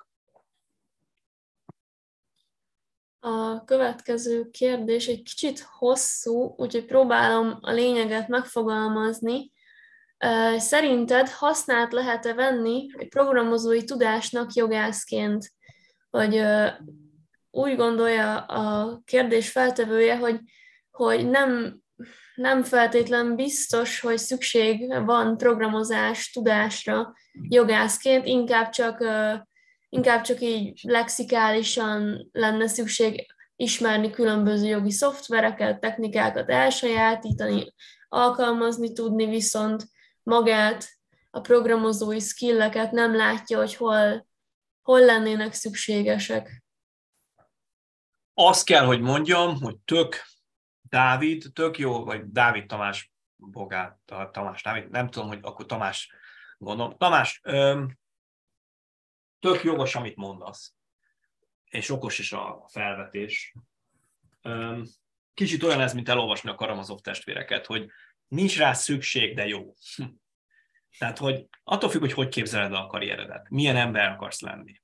A következő kérdés egy kicsit hosszú, úgyhogy próbálom a lényeget megfogalmazni. Szerinted használt lehet-e venni egy programozói tudásnak jogászként? Hogy úgy gondolja a kérdés feltevője, hogy, hogy nem, nem feltétlen biztos, hogy szükség van programozás tudásra jogászként, inkább csak Inkább csak így lexikálisan lenne szükség ismerni különböző jogi szoftvereket, technikákat elsajátítani, alkalmazni tudni, viszont magát, a programozói skilleket nem látja, hogy hol, hol lennének szükségesek. Azt kell, hogy mondjam, hogy tök Dávid, tök jó, vagy Dávid Tamás, Bogát, Tamás, Dávid, nem tudom, hogy akkor Tamás gondolom. Tamás, öm, tök jogos, amit mondasz, és okos is a felvetés. Kicsit olyan ez, mint elolvasni a Karamazov testvéreket, hogy nincs rá szükség, de jó. Tehát, hogy attól függ, hogy hogy képzeled el a karrieredet, milyen ember akarsz lenni.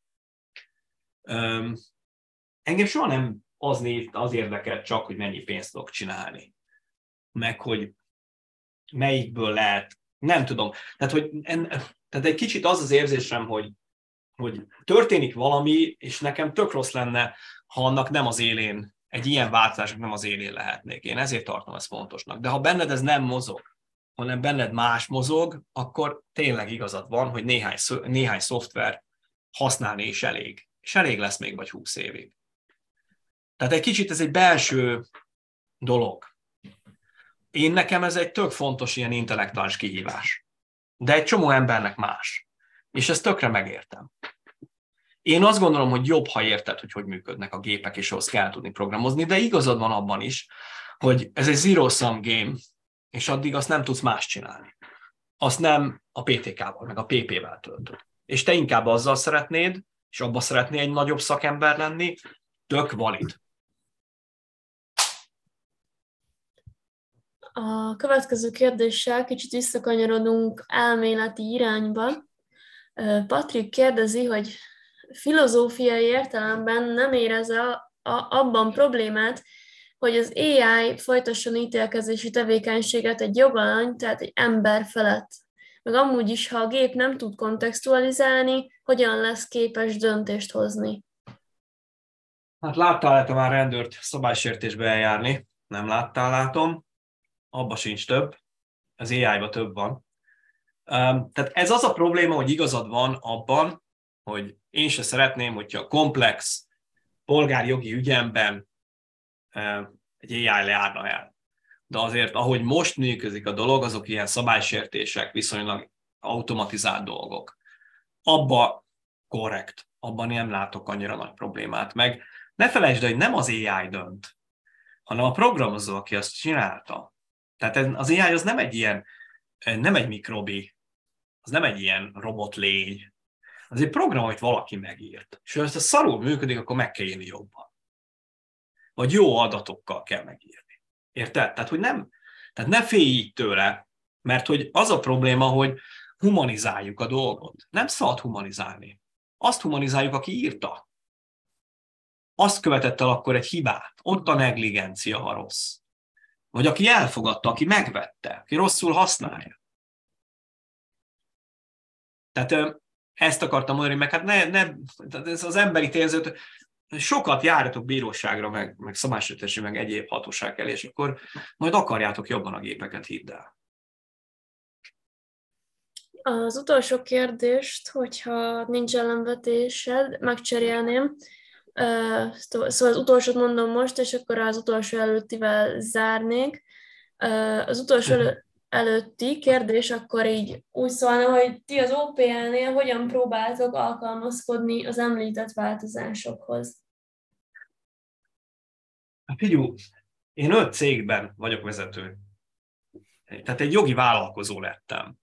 Engem soha nem az, név, az érdekel csak, hogy mennyi pénzt tudok csinálni, meg hogy melyikből lehet, nem tudom. Tehát, hogy en, tehát egy kicsit az az érzésem, hogy hogy történik valami, és nekem tök rossz lenne, ha annak nem az élén, egy ilyen változásnak nem az élén lehetnék. Én ezért tartom ezt fontosnak. De ha benned ez nem mozog, hanem benned más mozog, akkor tényleg igazad van, hogy néhány, néhány szoftver használni is elég. És elég lesz még vagy húsz évig. Tehát egy kicsit ez egy belső dolog. Én nekem ez egy tök fontos ilyen intellektuális kihívás. De egy csomó embernek más. És ezt tökre megértem. Én azt gondolom, hogy jobb, ha érted, hogy hogy működnek a gépek, és ahhoz kell tudni programozni, de igazad van abban is, hogy ez egy zero-sum game, és addig azt nem tudsz más csinálni. Azt nem a pé té ká-val, meg a pé pé-vel töltöd. És te inkább azzal szeretnéd, és abban szeretnél egy nagyobb szakember lenni, tök valid. A következő kérdéssel kicsit visszakanyarodunk elméleti irányba. Patrik kérdezi, hogy filozófiai értelemben nem érez a, a, abban problémát, hogy az á i folytasson ítélkezési tevékenységet egy jogalany, tehát egy ember felett. Meg amúgy is, ha a gép nem tud kontextualizálni, hogyan lesz képes döntést hozni? Hát láttál-e te már rendőrt szabálysértésbe eljárni? Nem láttál, látom. Abba sincs több. Az á i-ba több van. Tehát ez az a probléma, hogy igazad van abban, hogy én se szeretném, hogyha a komplex polgárjogi ügyemben egy á i lejárna el. De azért, ahogy most működik a dolog, azok ilyen szabálysértések, viszonylag automatizált dolgok. Abba korrekt, abban nem látok annyira nagy problémát. Meg ne felejtsd, hogy nem az á i dönt, hanem a programozó, aki azt csinálta. Tehát az á i az nem egy ilyen nem egy mikrobi, az nem egy ilyen robotlény, az egy program, amit valaki megírt. És ha ez a szarul működik, akkor meg kell írni jobban. Vagy jó adatokkal kell megírni. Érted? Tehát, hogy nem, tehát ne félj így tőle, mert hogy az a probléma, hogy humanizáljuk a dolgot. Nem szabad humanizálni. Azt humanizáljuk, aki írta. Azt követett el akkor egy hibát. Ott a negligencia, ha rossz. Vagy aki elfogadta, aki megvette, aki rosszul használja. Tehát ezt akartam mondani, meg hát ne, ne, ez az emberi tényezőt, sokat járjatok bíróságra, meg, meg szabálysértési, meg egyéb hatóság elé, és akkor majd akarjátok jobban a gépeket, hidd el. Az utolsó kérdést, hogyha nincs ellenvetésed, megcserélném. Szóval az utolsót mondom most, és akkor az utolsó előttivel zárnék. Az utolsó elő, előtti kérdés akkor így úgy szólna, hogy ti az o pé el-nél hogyan próbáltok alkalmazkodni az említett változásokhoz? Figyelj, én öt cégben vagyok vezető. Tehát egy jogi vállalkozó lettem.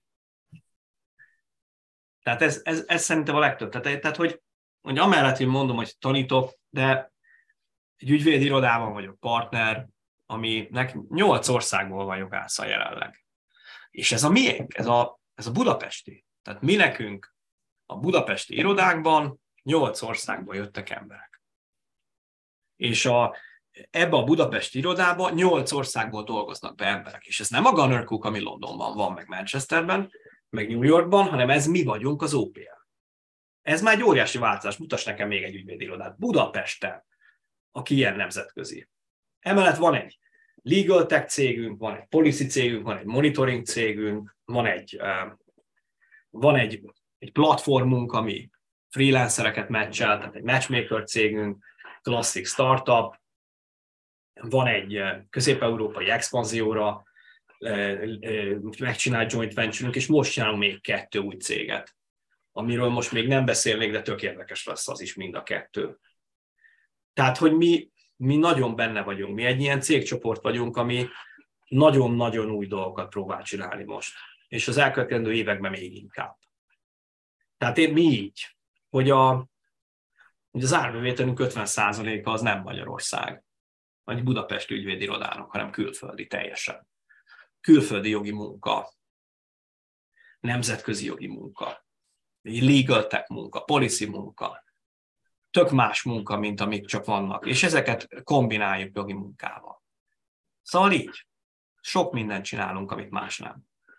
Tehát ez, ez, ez szerintem a legtöbb. Tehát, tehát hogy, hogy amellett, hogy mondom, hogy tanítok, de egy ügyvédirodában vagyok partner, aminek nyolc országból van jogásza jelenleg. És ez a miénk, ez a, ez a budapesti. Tehát mi nekünk a budapesti irodákban nyolc országból jöttek emberek. És a, ebbe a budapesti irodában nyolc országból dolgoznak be emberek. És ez nem a Gunnar Cook, ami Londonban van, meg Manchesterben, meg New Yorkban, hanem ez mi vagyunk az o pé el. Ez már egy óriási változás. Mutass nekem még egy ügyvédirodát Budapesten, aki ilyen nemzetközi. Emellett van egy legal tech cégünk, van egy policy cégünk, van egy monitoring cégünk, van egy, uh, van egy, egy platformunk, ami freelancereket matchel, tehát egy matchmaker cégünk, klasszik startup, van egy uh, közép-európai expanzióra uh, uh, megcsinált joint venture-ünk, és most csinálunk még kettő új céget, amiről most még nem beszélnék, de tök érdekes lesz az is mind a kettő. Tehát, hogy mi Mi nagyon benne vagyunk. Mi egy ilyen cégcsoport vagyunk, ami nagyon-nagyon új dolgokat próbál csinálni most. És az elkövetkezendő években még inkább. Tehát én, mi így, hogy, a, hogy az árbevételünk ötven százaléka az nem Magyarország, vagy Budapest ügyvédirodának, hanem külföldi teljesen. Külföldi jogi munka, nemzetközi jogi munka, legal tech munka, policy munka, tök más munka, mint amik csak vannak, és ezeket kombináljuk jogi munkával. Szóval így, sok mindent csinálunk, amit más nem.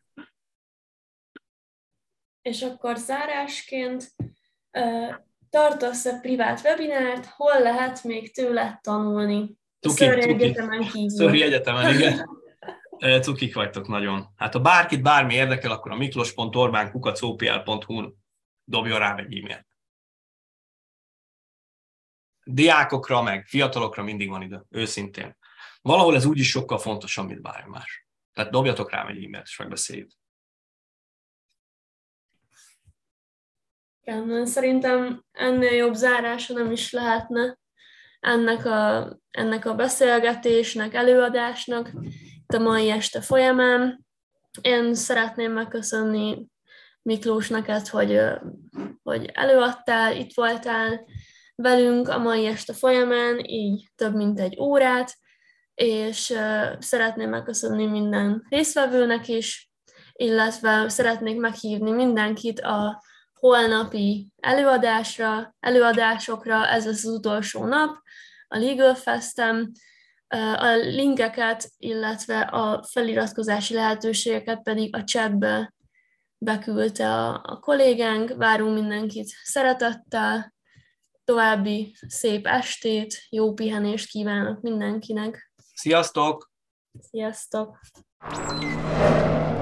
És akkor zárásként tartasz-e privát webinárt, hol lehet még tőled tanulni? Szörri Egyetemen kívül. Szörri Egyetemen, igen. Cukik vagytok nagyon. Hát ha bárkit bármi érdekel, akkor a miklos pont orbán kukac o p l pont h u-n dobjon rám egy e-mailt. Diákokra, meg fiatalokra mindig van idő, őszintén. Valahol ez úgyis sokkal fontosabb, mint bármi más. Tehát dobjatok rám egy e-mailt, és megbeszéljük. Igen, szerintem ennél jobb zárása nem is lehetne ennek a, ennek a beszélgetésnek, előadásnak itt a mai este folyamán. Én szeretném megköszönni Miklós neked, hogy, hogy előadtál, itt voltál velünk a mai este folyamán, így több mint egy órát, és szeretném megköszönni minden résztvevőnek is, illetve szeretnék meghívni mindenkit a holnapi előadásra, előadásokra, ez lesz az utolsó nap, a Legal Festem. A linkeket, illetve a feliratkozási lehetőségeket pedig a chatbe beküldte a, a kollégánk. Várunk mindenkit szeretettel, további szép estét, jó pihenést kívánok mindenkinek. Sziasztok! Sziasztok!